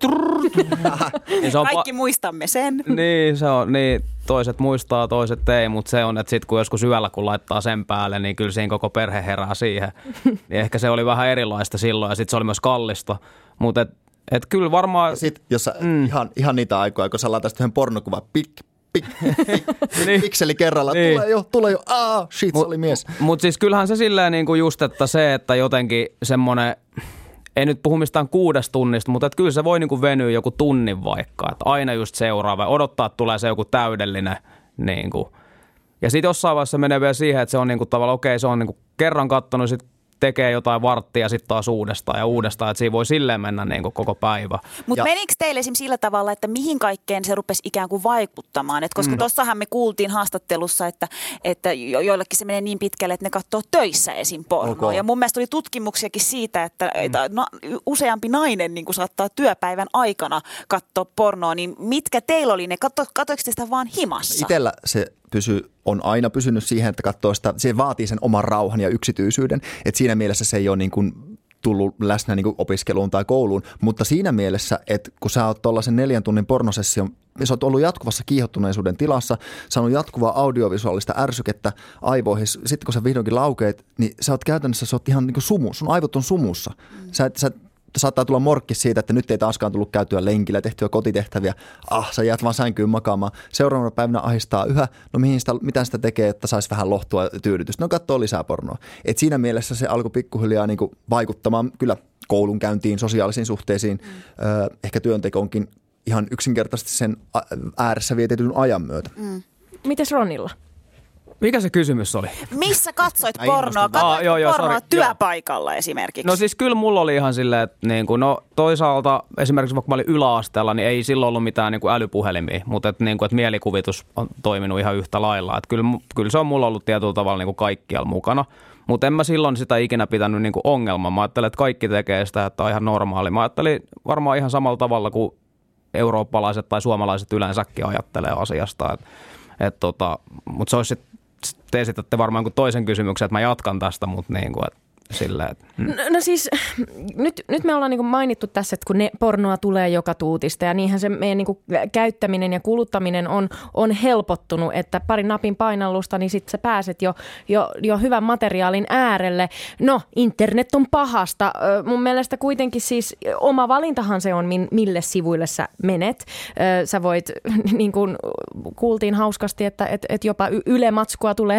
niin se on Kaikki pa- muistamme sen. Niin, se on, niin, toiset muistaa, toiset ei, mutta se on, että sitten kun joskus yöllä kun laittaa sen päälle, niin kyllä siinä koko perhe herää siihen. Niin ehkä se oli vähän erilaista silloin ja sitten se oli myös kallista, mutta et, et kyllä varmaan... Sitten jos sä, mm. ihan, ihan niitä aikoja, kun sä laitat yhden pornokuvan, pik, pik, pik, niin. pikseli kerralla, niin. tulee jo, tulee jo, aah, shit, mut, se oli mies. Mutta siis kyllähän se silleen niin kuin just, että se, että jotenkin semmoinen... Ei nyt puhu mistään kuudesta tunnista, mutta että kyllä se voi niinku venyä joku tunnin vaikka. Että aina just seuraava. Odottaa, että tulee se joku täydellinen. Niinku. Ja sitten jossain vaiheessa menee vielä siihen, että se on niinku tavallaan, okei, se on niinku kerran kattonut, sitten tekee jotain varttia ja sitten taas uudestaan ja uudestaan. Että siinä voi silleen mennä niinku koko päivä. Mutta menikö teille esimerkiksi sillä tavalla, että mihin kaikkeen se rupesi ikään kuin vaikuttamaan? Et koska mm. tuossahan me kuultiin haastattelussa, että, että jo- joillekin se menee niin pitkälle, että ne katsoo töissä esim. Pornoa. Okay. Ja mun mielestä oli tutkimuksiakin siitä, että, mm. että na, useampi nainen niin kuin saattaa työpäivän aikana katsoa pornoa. Niin mitkä teillä oli ne? Katso, katsoiko te sitä vaan himassa? Itellä se pysy, on aina pysynyt siihen, että katsoo sitä, se vaatii sen oman rauhan ja yksityisyyden. Että siinä mielessä se ei ole niin kuin tullut läsnä niin kuin opiskeluun tai kouluun, mutta siinä mielessä, että kun sä oot tuollaisen neljän tunnin pornosession, sä oot ollut jatkuvassa kiihottuneisuuden tilassa, saanut jatkuvaa audiovisuaalista ärsykettä aivoihin, sitten kun sä vihdoinkin laukeet, niin sä oot käytännössä, sä oot ihan niin kuin sumu, sun aivot on sumussa. Sä, sä saattaa tulla morkkis siitä, että nyt ei taaskaan tullut käytyä lenkillä, tehtyä kotitehtäviä. Ah, sä jäät vaan sänkyyn makaamaan. Seuraavana päivänä ahistaa yhä. No mihin sitä, mitä sitä tekee, että saisi vähän lohtua ja tyydytystä? No katsoo lisää pornoa. Et siinä mielessä se alkoi pikkuhiljaa niin kuin vaikuttamaan kyllä koulunkäyntiin, sosiaalisiin suhteisiin, mm. ö, ehkä työntekoonkin ihan yksinkertaisesti sen ääressä vietetyn ajan myötä. Mm. Mites Ronilla? Mikä se kysymys oli? Missä katsoit pornoa? Katsoit ah, joo, joo, pornoa sorry. työpaikalla joo. esimerkiksi? No siis kyllä mulla oli ihan silleen, että niin kuin, no toisaalta esimerkiksi vaikka mä olin yläasteella, niin ei silloin ollut mitään niin kuin älypuhelimia, mutta että, niin kuin, että mielikuvitus on toiminut ihan yhtä lailla. Että kyllä, kyllä se on mulla ollut tietyllä tavalla niin kuin kaikkialla mukana, mutta en mä silloin sitä ikinä pitänyt niin kuin ongelman. Mä ajattelin, että kaikki tekee sitä, että on ihan normaali. Mä ajattelin varmaan ihan samalla tavalla kuin eurooppalaiset tai suomalaiset yleensäkin ajattelee asiasta. Et, et tota, mutta se olisi sitten te esitätte varmaan kuin toisen kysymyksen, että mä jatkan tästä, mutta niin kuin, että silleen. Että, mm. no, no siis nyt, nyt me ollaan niin kuin mainittu tässä, että kun ne pornoa tulee joka tuutista ja niinhän se meidän niin kuin käyttäminen ja kuluttaminen on, on helpottunut, että parin napin painallusta, niin sitten sä pääset jo, jo, jo hyvän materiaalin äärelle. No, internet on pahasta. Mun mielestä kuitenkin siis oma valintahan se on, mille sivuille sä menet. Sä voit, niin kuin kuultiin hauskasti, että et, et jopa Yle Matskua tulee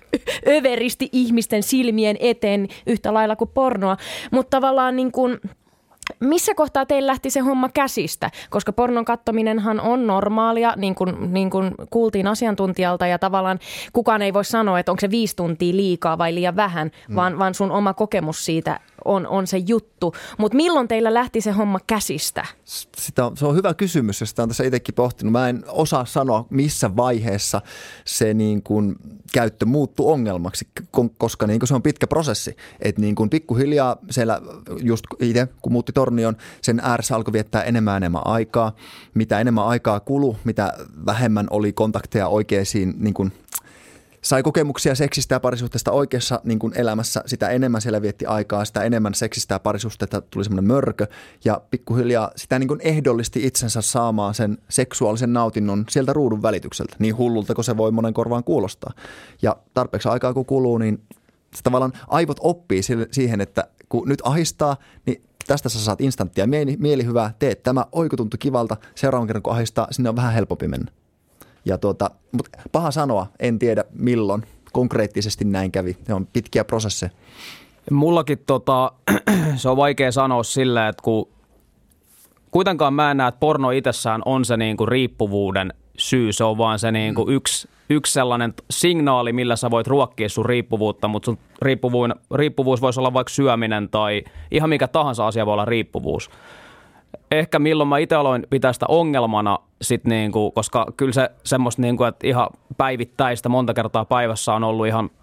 överisti ihmisten silmien eteen yhtä lailla kuin pornoa, mutta tavallaan niin kuin, missä kohtaa teillä lähti se homma käsistä? Koska pornon kattominenhan on normaalia, niin kuin, niin kuin kuultiin asiantuntijalta ja tavallaan kukaan ei voi sanoa, että onko se viisi tuntia liikaa vai liian vähän, mm. vaan, vaan sun oma kokemus siitä on, on se juttu. Mutta milloin teillä lähti se homma käsistä? Sitä on, se on hyvä kysymys ja sitä on tässä itsekin pohtinut. Mä en osaa sanoa, missä vaiheessa se niin kuin käyttö muuttui ongelmaksi, koska niin kuin se on pitkä prosessi. Että niin kuin pikkuhiljaa siellä just itse, kun muutti Tornion, sen ääressä alkoi viettää enemmän enemmän aikaa. Mitä enemmän aikaa kului, mitä vähemmän oli kontakteja oikeisiin niin kuin sai kokemuksia seksistä ja parisuhteesta oikeassa niin kuin elämässä, sitä enemmän siellä vietti aikaa, sitä enemmän seksistä ja parisuhteesta tuli semmoinen mörkö ja pikkuhiljaa sitä niin kuin ehdollisti itsensä saamaan sen seksuaalisen nautinnon sieltä ruudun välitykseltä, niin hullulta kuin se voi monen korvaan kuulostaa. Ja tarpeeksi aikaa kun kuluu, niin se tavallaan aivot oppii siihen, että kun nyt ahistaa, niin tästä sä saat instanttia mieli, mielihyvää, teet tämä, oiku tuntui kivalta, seuraavan kerran kun ahistaa, sinne on vähän helpompi mennä. Ja tuota, mutta paha sanoa, en tiedä milloin konkreettisesti näin kävi. Ne on pitkiä prosesseja. Mullakin tota, se on vaikea sanoa silleen, että kun kuitenkaan mä en näe, että porno itsessään on se niinku riippuvuuden syy. Se on vaan se niinku mm. yksi, yksi sellainen signaali, millä sä voit ruokkia sun riippuvuutta, mutta sun riippuvuus voisi olla vaikka syöminen tai ihan mikä tahansa asia voi olla riippuvuus. Ehkä milloin mä itse aloin pitää sitä ongelmana, sit niinku, koska kyllä se semmoista, niinku, että ihan päivittäistä monta kertaa päivässä on ollut ihan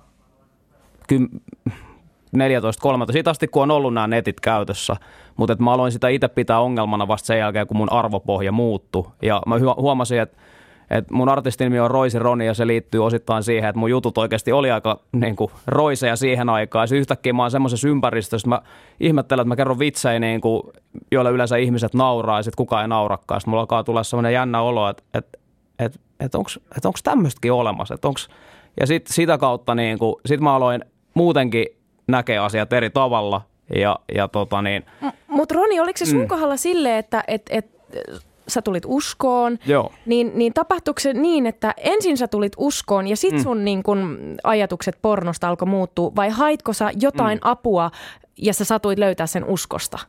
neljätoista kolmetoista, siitä asti kun on ollut nämä netit käytössä. Mutta mä aloin sitä itse pitää ongelmana vasta sen jälkeen, kun mun arvopohja muuttui. Ja mä huomasin, että Et mun artistinimi on Roisi Roni ja se liittyy osittain siihen, että mun jutut oikeasti oli aika niin kuin roiseja siihen aikaan. Ja yhtäkkiä mä oon semmoisessa ympäristössä, mä ihmettelen, että mä kerron vitsejä, niin kuin, joilla yleensä ihmiset nauraa ja sitten kukaan ei naurakaan. Sitten mulla alkaa tulla semmoinen jännä olo, että et, et, et onko et onks tämmöistäkin olemassa. Et onks, ja sitten sitä kautta niin kuin, sit mä aloin muutenkin näkee asiat eri tavalla. Ja, ja tota niin. M- Mutta Roni, oliko se sun Mm. kohdalla silleen, että et, et, sä tulit uskoon, Joo. niin, niin tapahtuiko se niin, että ensin sä tulit uskoon ja sit sun mm. niin kun, ajatukset pornosta alkoi muuttua, vai haitko sä jotain mm. apua ja sä satuit löytää sen uskosta?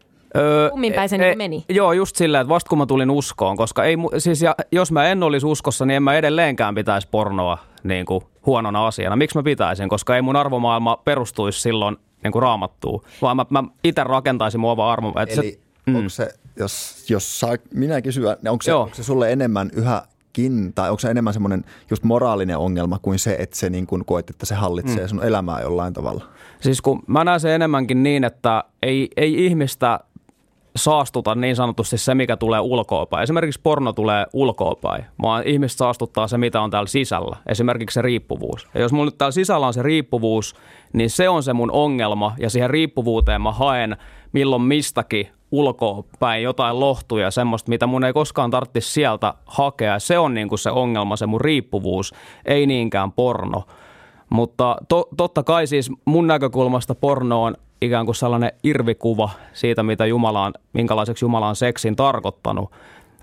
Öö, Kummin päin se e, niin meni? Joo, just silleen, että vasta kun mä tulin uskoon, koska ei, siis ja, jos mä en olisi uskossa, niin en mä edelleenkään pitäisi pornoa niin kuin huonona asiana. Miksi mä pitäisin? Koska ei mun arvomaailma perustuisi silloin niin kuin Raamattuun, vaan mä, mä itse rakentaisin mun oma arvo. Eli se, mm. onko se, jos, jos saa minä kysyä, niin onko se, onko se sulle enemmän yhäkin, tai onko se enemmän semmoinen just moraalinen ongelma kuin se, että se niin kuin koet, että se hallitsee mm. sun elämää jollain tavalla? Siis kun mä näen se enemmänkin niin, että ei, ei ihmistä saastuta niin sanotusti se, mikä tulee ulkoapäin. Esimerkiksi porno tulee ulkoapäin, vaan ihmistä saastuttaa se, mitä on täällä sisällä. Esimerkiksi se riippuvuus. Ja jos mulla nyt täällä sisällä on se riippuvuus, niin se on se mun ongelma. Ja siihen riippuvuuteen mä haen milloin mistäkin ulkoapäin jotain lohtuja, semmoista, mitä mun ei koskaan tarvitsisi sieltä hakea. Se on niin kuin se ongelma, se mun riippuvuus, ei niinkään porno. Mutta to, totta kai siis mun näkökulmasta porno on ikään kuin sellainen irvikuva siitä, mitä Jumala on, minkälaiseksi Jumala on seksin tarkoittanut.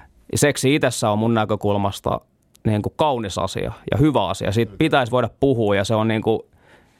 Seksi itsessä on mun näkökulmasta niin kuin kaunis asia ja hyvä asia. Siitä pitäisi voida puhua ja se on niin kuin.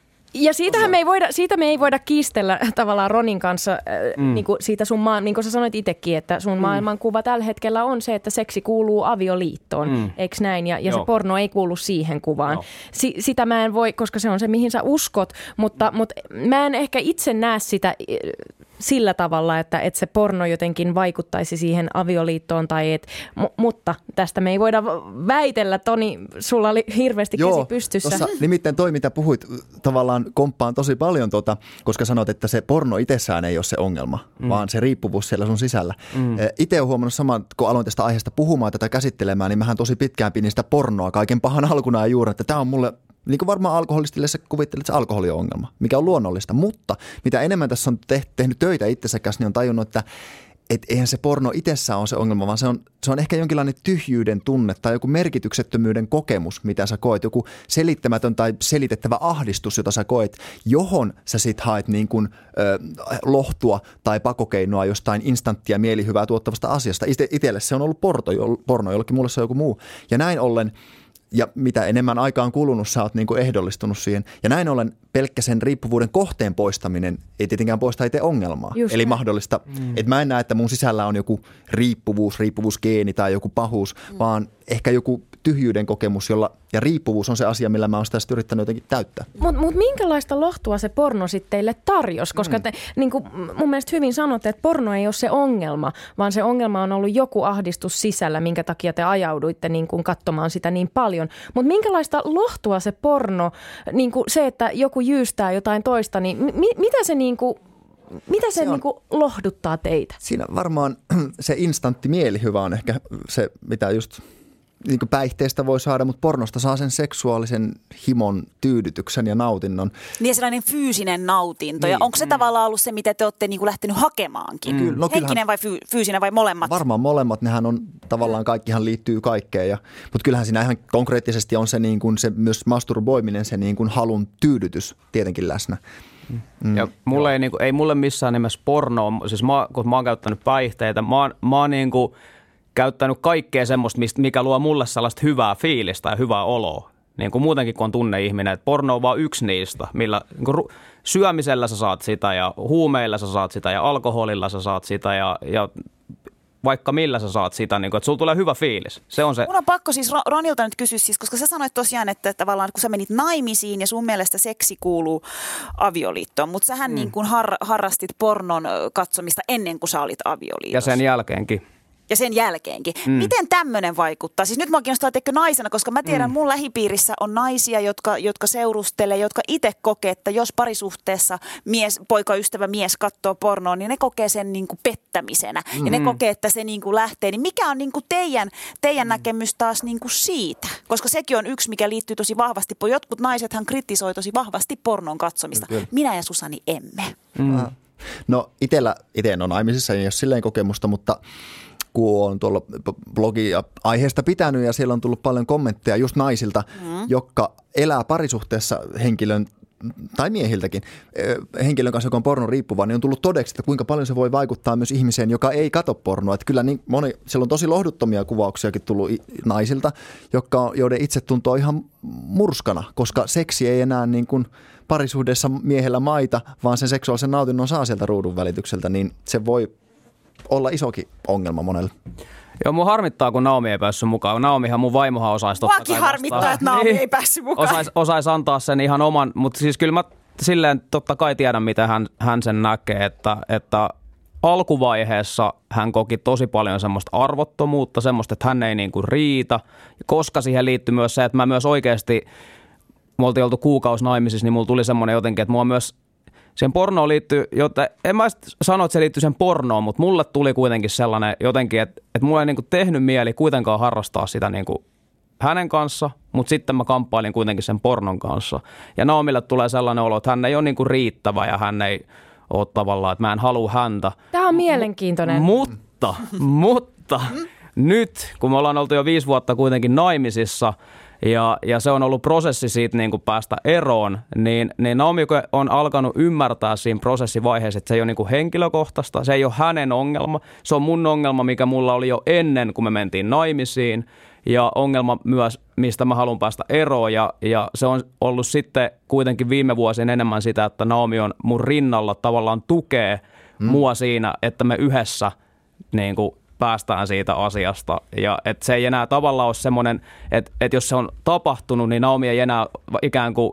Ja siitähän me ei voida, siitä me ei voida kiistellä tavallaan Ronin kanssa, äh, mm. niin kuin siitä sun maa, niin kuin sä sanoit itsekin, että sun mm. maailmankuva tällä hetkellä on se, että seksi kuuluu avioliittoon, mm. eikö näin? Ja, ja se porno ei kuulu siihen kuvaan. Si, sitä mä en voi, koska se on se, mihin sä uskot, mutta, mutta mä en ehkä itse näe sitä sillä tavalla, että, että se porno jotenkin vaikuttaisi siihen avioliittoon, tai et, mu, mutta tästä me ei voida väitellä. Toni, sulla oli hirveästi käsi Joo, pystyssä. Tossa, nimittäin toi, mitä puhuit, tavallaan komppaan tosi paljon, tuota, koska sanoit, että se porno itsessään ei ole se ongelma, mm. vaan se riippuvuus siellä sun sisällä. Mm. Itse olen huomannut saman, kun aloin tästä aiheesta puhumaan, tätä käsittelemään, niin mähän tosi pitkään pidin sitä pornoa kaiken pahan alkuna ja juuri, että tämä on mulle. Niin kuin varmaan alkoholistille sä kuvittelet, että se alkoholi on ongelma, mikä on luonnollista. Mutta mitä enemmän tässä on te- tehnyt töitä itsensä kanssa, niin on tajunnut, että et eihän se porno itsessään ole se ongelma, vaan se on, se on ehkä jonkinlainen tyhjyyden tunne tai joku merkityksettömyyden kokemus, mitä sä koet. Joku selittämätön tai selitettävä ahdistus, jota sä koet, johon sä sit haet niin kuin, ö, lohtua tai pakokeinoa jostain instanttia mielihyvää tuottavasta asiasta. Ite, itselle se on ollut porto, porno, jollekin mulle se on joku muu. Ja näin ollen. Ja mitä enemmän aikaa on kulunut, sä oot niin kuin ehdollistunut siihen. Ja näin ollen pelkkä sen riippuvuuden kohteen poistaminen ei tietenkään poista itse ongelmaa. Just Eli näin. Mahdollista, mm. että mä en näe, että mun sisällä on joku riippuvuus, riippuvuusgeeni tai joku pahuus, mm. vaan ehkä joku tyhjyyden kokemus, jolla, ja riippuvuus on se asia, millä mä oon sitä yrittänyt jotenkin täyttää. Mutta mut minkälaista lohtua se porno sitten teille tarjosi? Koska te, niin kuin mun mielestä hyvin sanotte, että porno ei ole se ongelma, vaan se ongelma on ollut joku ahdistus sisällä, minkä takia te ajauduitte niin kuin katsomaan sitä niin paljon. Mutta minkälaista lohtua se porno, niin kuin se, että joku jyystää jotain toista, niin mi, mitä se niin kuin Mitä se, se on, niin kuin lohduttaa teitä? Siinä varmaan se instantti mielihyvä on ehkä se, mitä just niin kuin päihteestä voi saada, mutta pornosta saa sen seksuaalisen himon tyydytyksen ja nautinnon. Niin sellainen fyysinen nautinto. Niin. Ja onko se mm. tavallaan ollut se, mitä te olette niin kuin lähtenyt hakemaankin? Mm. No, henkinen vai fy- fyysinen vai molemmat? Varmaan molemmat. Nehän on tavallaan, kaikkihan liittyy kaikkeen. Ja, mutta kyllähän siinä ihan konkreettisesti on se, niin kuin se myös masturboiminen, se niin kuin halun tyydytys tietenkin läsnä. Mm. Ja mulle ei, niin kuin, ei mulle missään nimessä pornoa, siis mä, kun mä oon käyttänyt päihteitä, mä oon, mä oon niin kuin käyttänyt kaikkea semmoista, mikä luo mulle sellaista hyvää fiilistä ja hyvää oloa. Niin kuin muutenkin, kun on tunneihminen, että porno on vaan yksi niistä, millä niin kuin syömisellä sä saat sitä ja huumeilla sä saat sitä ja alkoholilla sä saat sitä ja, ja vaikka millä sä saat sitä, niin kuin, että sulla tulee hyvä fiilis. Se on se. Mun on pakko siis Ronilta nyt kysyä siis, koska sä sanoit tosiaan, että tavallaan kun sä menit naimisiin ja sun mielestä seksi kuuluu avioliittoon, mutta sähän mm. niin kuin har, harrastit pornon katsomista ennen kuin sä olit avioliitossa. Ja sen jälkeenkin. Ja sen jälkeenkin. Mm. Miten tämmöinen vaikuttaa? Siis nyt mä kiinnostaa, teikö naisena, koska mä tiedän, mm. mun lähipiirissä on naisia, jotka, jotka seurustelee, jotka itse kokee, että jos parisuhteessa mies, poikaystävä mies katsoo pornoa, niin ne kokee sen niin kuin pettämisenä. Mm. Ja ne kokee, että se niin kuin lähtee. Niin mikä on niin kuin teidän, teidän näkemys taas niin kuin siitä? Koska sekin on yksi, mikä liittyy tosi vahvasti. Jotkut naisethan kritisoi tosi vahvasti pornon katsomista. Mm. Minä ja Susani emme. Mm. No itellä, ite en ole naimisissa, ei ole silleen kokemusta, mutta kun on tuolla blogia aiheesta pitänyt ja siellä on tullut paljon kommentteja just naisilta, mm. jotka elää parisuhteessa henkilön tai miehiltäkin, henkilön kanssa, joka on pornon riippuva, niin on tullut todeksi, että kuinka paljon se voi vaikuttaa myös ihmiseen, joka ei katso pornoa. Että kyllä niin moni, siellä on tosi lohduttomia kuvauksiakin tullut naisilta, jotka, joiden itsetunto on ihan murskana, koska seksi ei enää niin kuin parisuhteessa miehellä maita, vaan sen seksuaalisen nautinnon saa sieltä ruudun välitykseltä, niin se voi olla isokin ongelma monelle. Joo, mun harmittaa, kun Naomi ei päässyt mukaan. Naomihan mun vaimohan osaisi totta kai harmittaa, että Naomi niin, ei päässyt mukaan. Osaisi osais antaa sen ihan oman, mutta siis kyllä mä silleen totta kai tiedän, miten hän, hän sen näkee, että, että alkuvaiheessa hän koki tosi paljon semmoista arvottomuutta, semmoista, että hän ei niinku riitä, koska siihen liittyy myös se, että mä myös oikeasti, me oltiin oltu kuukausi naimisissa, niin mulla tuli semmoinen jotenkin, että mua myös siihen pornoon liittyy, jotta en mä sano, että se liittyy sen pornoon, mutta mulle tuli kuitenkin sellainen jotenkin, että, että mulla ei niinku tehnyt mieli kuitenkaan harrastaa sitä niinku hänen kanssa, mutta sitten mä kamppailin kuitenkin sen pornon kanssa. Ja Naomille tulee sellainen olo, että hän ei ole niinku riittävä ja hän ei ole tavallaan, että mä en halua häntä. Tämä on mielenkiintoinen. Mutta, mutta nyt, kun me ollaan oltu jo viisi vuotta kuitenkin naimisissa, Ja, ja se on ollut prosessi siitä niin kuin päästä eroon, niin, niin Naomi on alkanut ymmärtää siinä prosessivaiheessa, että se ei ole niin kuin henkilökohtaista, se ei ole hänen ongelma, se on mun ongelma, mikä mulla oli jo ennen, kun me mentiin naimisiin, ja ongelma myös, mistä mä haluan päästä eroon, ja, ja se on ollut sitten kuitenkin viime vuosina enemmän sitä, että Naomi on mun rinnalla tavallaan tukee mm. mua siinä, että me yhdessä niin kuin päästään siitä asiasta. Ja että se ei enää tavallaan ole semmoinen, että, että jos se on tapahtunut, niin Naomi ei enää ikään kuin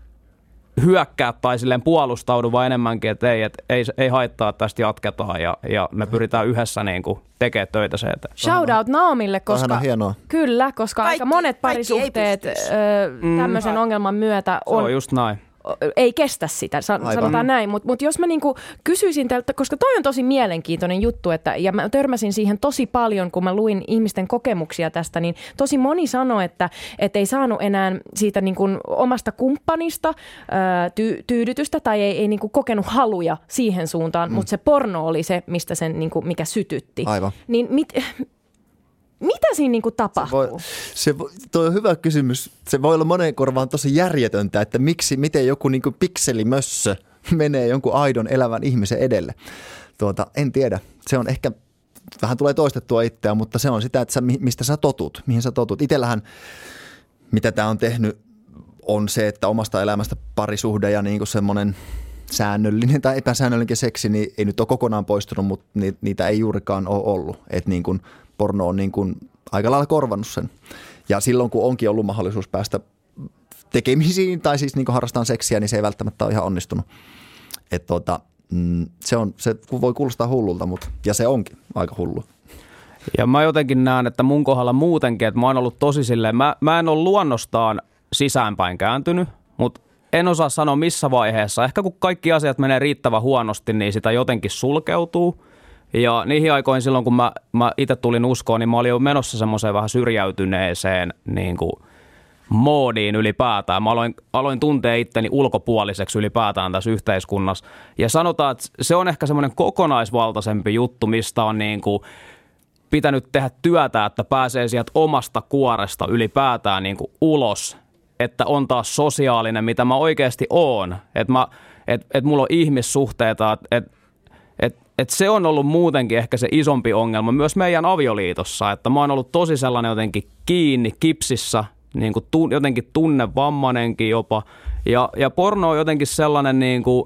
hyökkää tai silleen puolustaudu, vaan enemmänkin, että ei, että ei, ei haittaa, tästä jatketaan ja, ja me pyritään yhdessä niin kuin tekemään töitä se eteen. Shout out Naomille, koska hienoa. Kyllä, koska kaikki, aika monet parisuhteet tämmöisen mm. ongelman myötä on, on just näin. Ei kestä sitä, sanotaan näin, mutta mut jos mä niinku kysyisin tältä, koska toi on tosi mielenkiintoinen juttu, että, ja mä törmäsin siihen tosi paljon, kun mä luin ihmisten kokemuksia tästä, niin tosi moni sanoi, että et ei saanut enää siitä niinku omasta kumppanista ää, ty- tyydytystä tai ei, ei niinku kokenut haluja siihen suuntaan, mm. mutta se porno oli se, mistä sen, niinku, mikä sytytti. Aivan. Niin mit, mitä siinä niinku tapahtuu? Se voi, se voi, toi on hyvä kysymys. Se voi olla monen korvaan tosi järjetöntä, että miksi, miten joku niinku pikselimössö menee jonkun aidon elävän ihmisen edelle. Tuota, en tiedä. Se on ehkä, vähän tulee toistettua itseä, mutta se on sitä, että sä, mistä sä totut, mihin sä totut. Itsellähän, mitä tää on tehnyt, on se, että omasta elämästä parisuhde ja niinku semmoinen säännöllinen tai epäsäännöllinenkin seksi, niin ei nyt ole kokonaan poistunut, mutta niitä ei juurikaan ole ollut. Että niin kuin porno on niin kuin aika lailla korvannut sen. Ja silloin, kun onkin ollut mahdollisuus päästä tekemisiin tai siis niin kuin harrastaan seksiä, niin se ei välttämättä ole ihan onnistunut. Että tuota, se, on, se voi kuulostaa hullulta, mutta, ja se onkin aika hullu. Ja mä jotenkin näen, että mun kohdalla muutenkin, että mä oon ollut tosi silleen, mä, mä en ole luonnostaan sisäänpäin kääntynyt, mutta en osaa sanoa missä vaiheessa. Ehkä kun kaikki asiat menee riittävän huonosti, niin sitä jotenkin sulkeutuu. Ja niihin aikoihin silloin, kun mä, mä itse tulin uskoon, niin mä olin jo menossa semmoiseen vähän syrjäytyneeseen niin kuin moodiin ylipäätään. Mä aloin, aloin tuntea itteni ulkopuoliseksi ylipäätään tässä yhteiskunnassa. Ja sanotaan, että se on ehkä semmoinen kokonaisvaltaisempi juttu, mistä on niin kuin pitänyt tehdä työtä, että pääsee sieltä omasta kuoresta ylipäätään niin kuin ulos. Että on taas sosiaalinen, mitä mä oikeasti oon. Että mä, et, et mulla on ihmissuhteita, että et, et, et se on ollut muutenkin ehkä se isompi ongelma myös meidän avioliitossa. Että mä oon ollut tosi sellainen jotenkin kiinni, kipsissä, niin kuin tu, jotenkin tunnevammainenkin jopa. Ja, ja porno on jotenkin sellainen, niin kuin,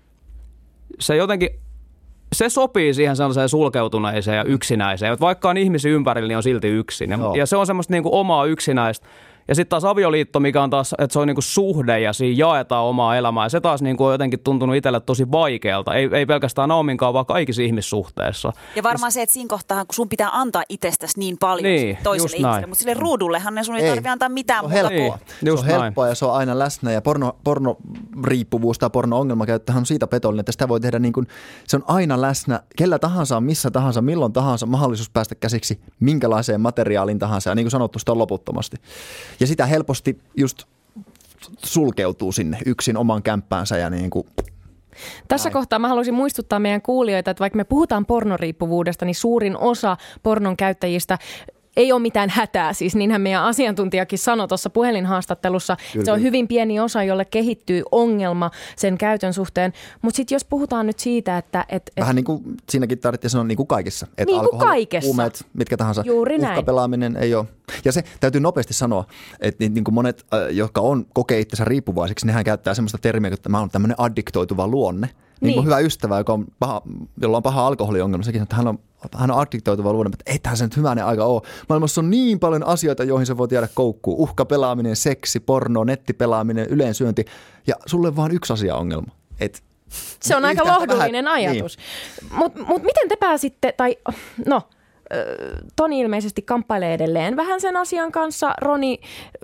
se jotenkin, se sopii siihen sellaiseen sulkeutuneeseen ja yksinäiseen. Että vaikka on ihmisiä ympärillä, niin on silti yksin. Ja, ja se on semmoista niin kuin omaa yksinäistä. Ja sitten taas avioliitto, mikä on taas, että se on niinku suhde ja siinä jaetaan omaa elämää. Ja se taas niinku on jotenkin tuntunut itselle tosi vaikealta. Ei, ei pelkästään Naominkaan, vaan kaikissa ihmissuhteissa. Ja varmaan se, että siinä kohtaa, kun sun pitää antaa itsestäsi niin paljon niin, toiselle ihmiselle, mutta sille ruudullehan ne sun ei, ei tarvitse antaa mitään muuta. Se on helppoa. Niin, se on helppoa ja se on aina läsnä. Ja porno, pornoriippuvuus tai porno-ongelmakäyttöhän on siitä petollinen, että sitä voi tehdä niin kuin, se on aina läsnä. Kellä tahansa, missä tahansa, milloin tahansa mahdollisuus päästä käsiksi minkälaiseen materiaaliin tahansa. Ja niin kuin sanottu, sitä on loputtomasti. Ja sitä helposti just sulkeutuu sinne yksin oman kämppäänsä ja niin kuin... Tässä Näin. kohtaa mä haluaisin muistuttaa meidän kuulijoita, että vaikka me puhutaan pornoriippuvuudesta, niin suurin osa pornon käyttäjistä ei ole mitään hätää. Siis niinhän meidän asiantuntijakin sanoi tuossa puhelinhaastattelussa. Kyllä. Se on hyvin pieni osa, jolle kehittyy ongelma sen käytön suhteen. Mutta sitten jos puhutaan nyt siitä, että... Et, et vähän niin kuin siinäkin tarvitsee sanoa niin kuin kaikissa. Että niin kuin kaikessa. Huumeet, mitkä tahansa. Juuri näin. Uhkapelaaminen ei ole. Ja se täytyy nopeasti sanoa, että niin kuin monet, jotka on kokee itsensä riippuvaisiksi, nehän käyttää semmoista termiä, että mä oon tämmöinen addiktoituva luonne. Niin, niin. Mun hyvä ystävä, joka on paha, jolla on paha alkoholiongelma, sekin sanoo, että hän on, hän on addiktoituva luonne, mutta ei tähän se nyt hyvänen aika ole. Maailmassa on niin paljon asioita, joihin sä voit jäädä koukkuun. Uhkapelaaminen, seksi, porno, nettipelaaminen, yleensyönti. Ja sulle on vaan yksi asia ongelma. Et se on aika lohdullinen vähän ajatus. Niin. Mutta mut miten te pääsitte, tai no, Toni ilmeisesti kamppailee edelleen vähän sen asian kanssa. Roni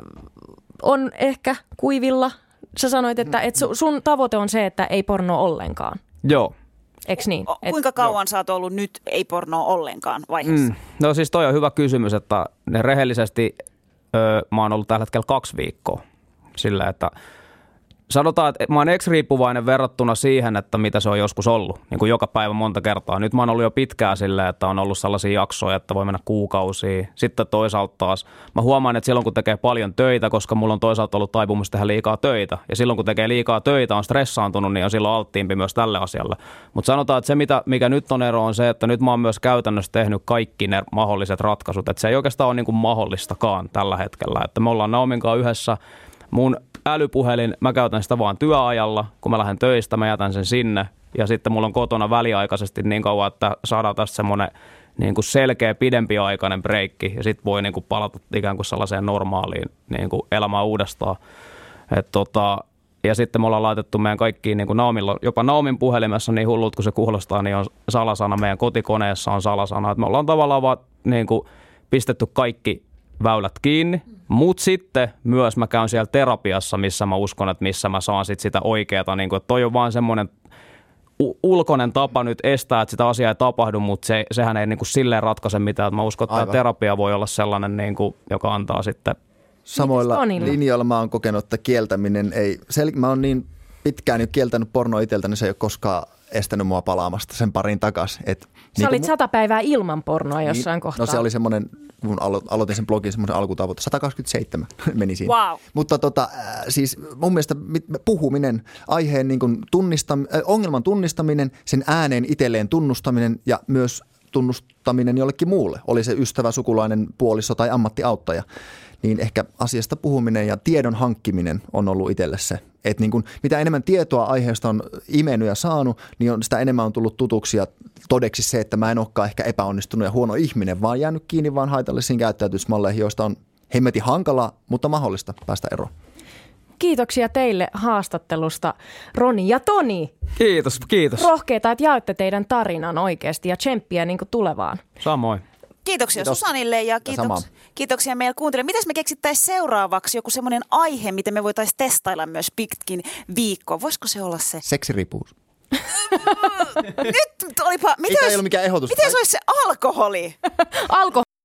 on ehkä kuivilla. Sä sanoit, että et sun tavoite on se, että ei porno ollenkaan. Joo. Eks niin? Et, Kuinka kauan joo. sä oot ollut nyt ei pornoa ollenkaan vaiheessa? Mm. No siis toi on hyvä kysymys, että ne rehellisesti öö, mä oon ollut tällä hetkellä kaksi viikkoa sillä, että sanotaan, että mä oon ex-riippuvainen verrattuna siihen, että mitä se on joskus ollut, niin kuin joka päivä monta kertaa. Nyt mä oon ollut jo pitkään silleen, että on ollut sellaisia jaksoja, että voi mennä kuukausia. Sitten toisaalta taas mä huomaan, että silloin kun tekee paljon töitä, koska mulla on toisaalta ollut taipumus tehdä liikaa töitä. Ja silloin kun tekee liikaa töitä, on stressaantunut, niin on silloin alttiimpi myös tälle asialle. Mutta sanotaan, että se mitä, mikä nyt on ero on se, että nyt mä oon myös käytännössä tehnyt kaikki ne mahdolliset ratkaisut. Että se ei oikeastaan ole niin kuin mahdollistakaan tällä hetkellä. Että me ollaan Naomin kanssa yhdessä. Mun älypuhelin, mä käytän sitä vaan työajalla, kun mä lähden töistä, mä jätän sen sinne. Ja sitten mulla on kotona väliaikaisesti niin kauan, että saadaan tästä semmoinen niin kuin selkeä pidempiaikainen breikki. Ja sitten voi niin kuin palata ikään kuin sellaiseen normaaliin niin kuin elämään uudestaan. Et tota, ja sitten me ollaan laitettu meidän kaikkiin, niin kuin Naomilla, jopa Naomin puhelimessa niin hullut, kun se kuulostaa, niin on salasana. Meidän kotikoneessa on salasana. Et me ollaan tavallaan vaan niin kuin pistetty kaikki väylät kiinni, mutta sitten myös mä käyn siellä terapiassa, missä mä uskon, että missä mä saan sit sitä oikeata, niin kun, että toi on vaan semmoinen u- ulkoinen tapa nyt estää, että sitä asiaa ei tapahdu, mutta se, sehän ei niin kuin silleen ratkaise mitään, että mä uskon, että tämä terapia voi olla sellainen, niin kuin, joka antaa sitten. Samoilla linjoilla mä oon kokenut, että kieltäminen ei, sel- mä oon niin pitkään nyt kieltänyt porno itseltä, niin se ei ole koskaan estänyt mua palaamasta sen parin takaisin. Sä niin olit mu- sata päivää ilman pornoa jossain niin, kohtaa. No se oli semmoinen, kun alo- aloitin sen blogin, semmoinen alkutavoite. sata kaksikymmentäseitsemän meni siinä. Wow. Mutta tota, äh, siis mun mielestä puhuminen, aiheen niin kuin tunnistam- äh, ongelman tunnistaminen, sen ääneen itselleen tunnustaminen ja myös tunnustaminen jollekin muulle. Oli se ystävä, sukulainen, puoliso tai ammattiauttaja. Niin ehkä asiasta puhuminen ja tiedon hankkiminen on ollut itselle se. Että niin kun, mitä enemmän tietoa aiheesta on imennyt ja saanut, niin on, sitä enemmän on tullut tutuksi ja todeksi se, että mä en olekaan ehkä epäonnistunut ja huono ihminen, vaan jäänyt kiinni vaan haitallisiin käyttäytymismalleihin, joista on hemmetin hankalaa, mutta mahdollista päästä eroon. Kiitoksia teille haastattelusta, Roni ja Toni. Kiitos, kiitos. Rohkeita, että jaoitte teidän tarinan oikeasti ja tsemppiä niin kuin tulevaan. Samoin. Kiitoksia Kiitos. Susanille ja kiitoks, kiitoksia meille kuuntelijoille. Mitäs me keksittäisiin seuraavaksi joku semmoinen aihe, miten me voitaisiin testailla myös pitkin viikkoa? Voisiko se olla se? Seksiriippuvuus. Nyt olipa, miten olisi, mikään ehdotus. miten se olisi se alkoholi? Alkoholi.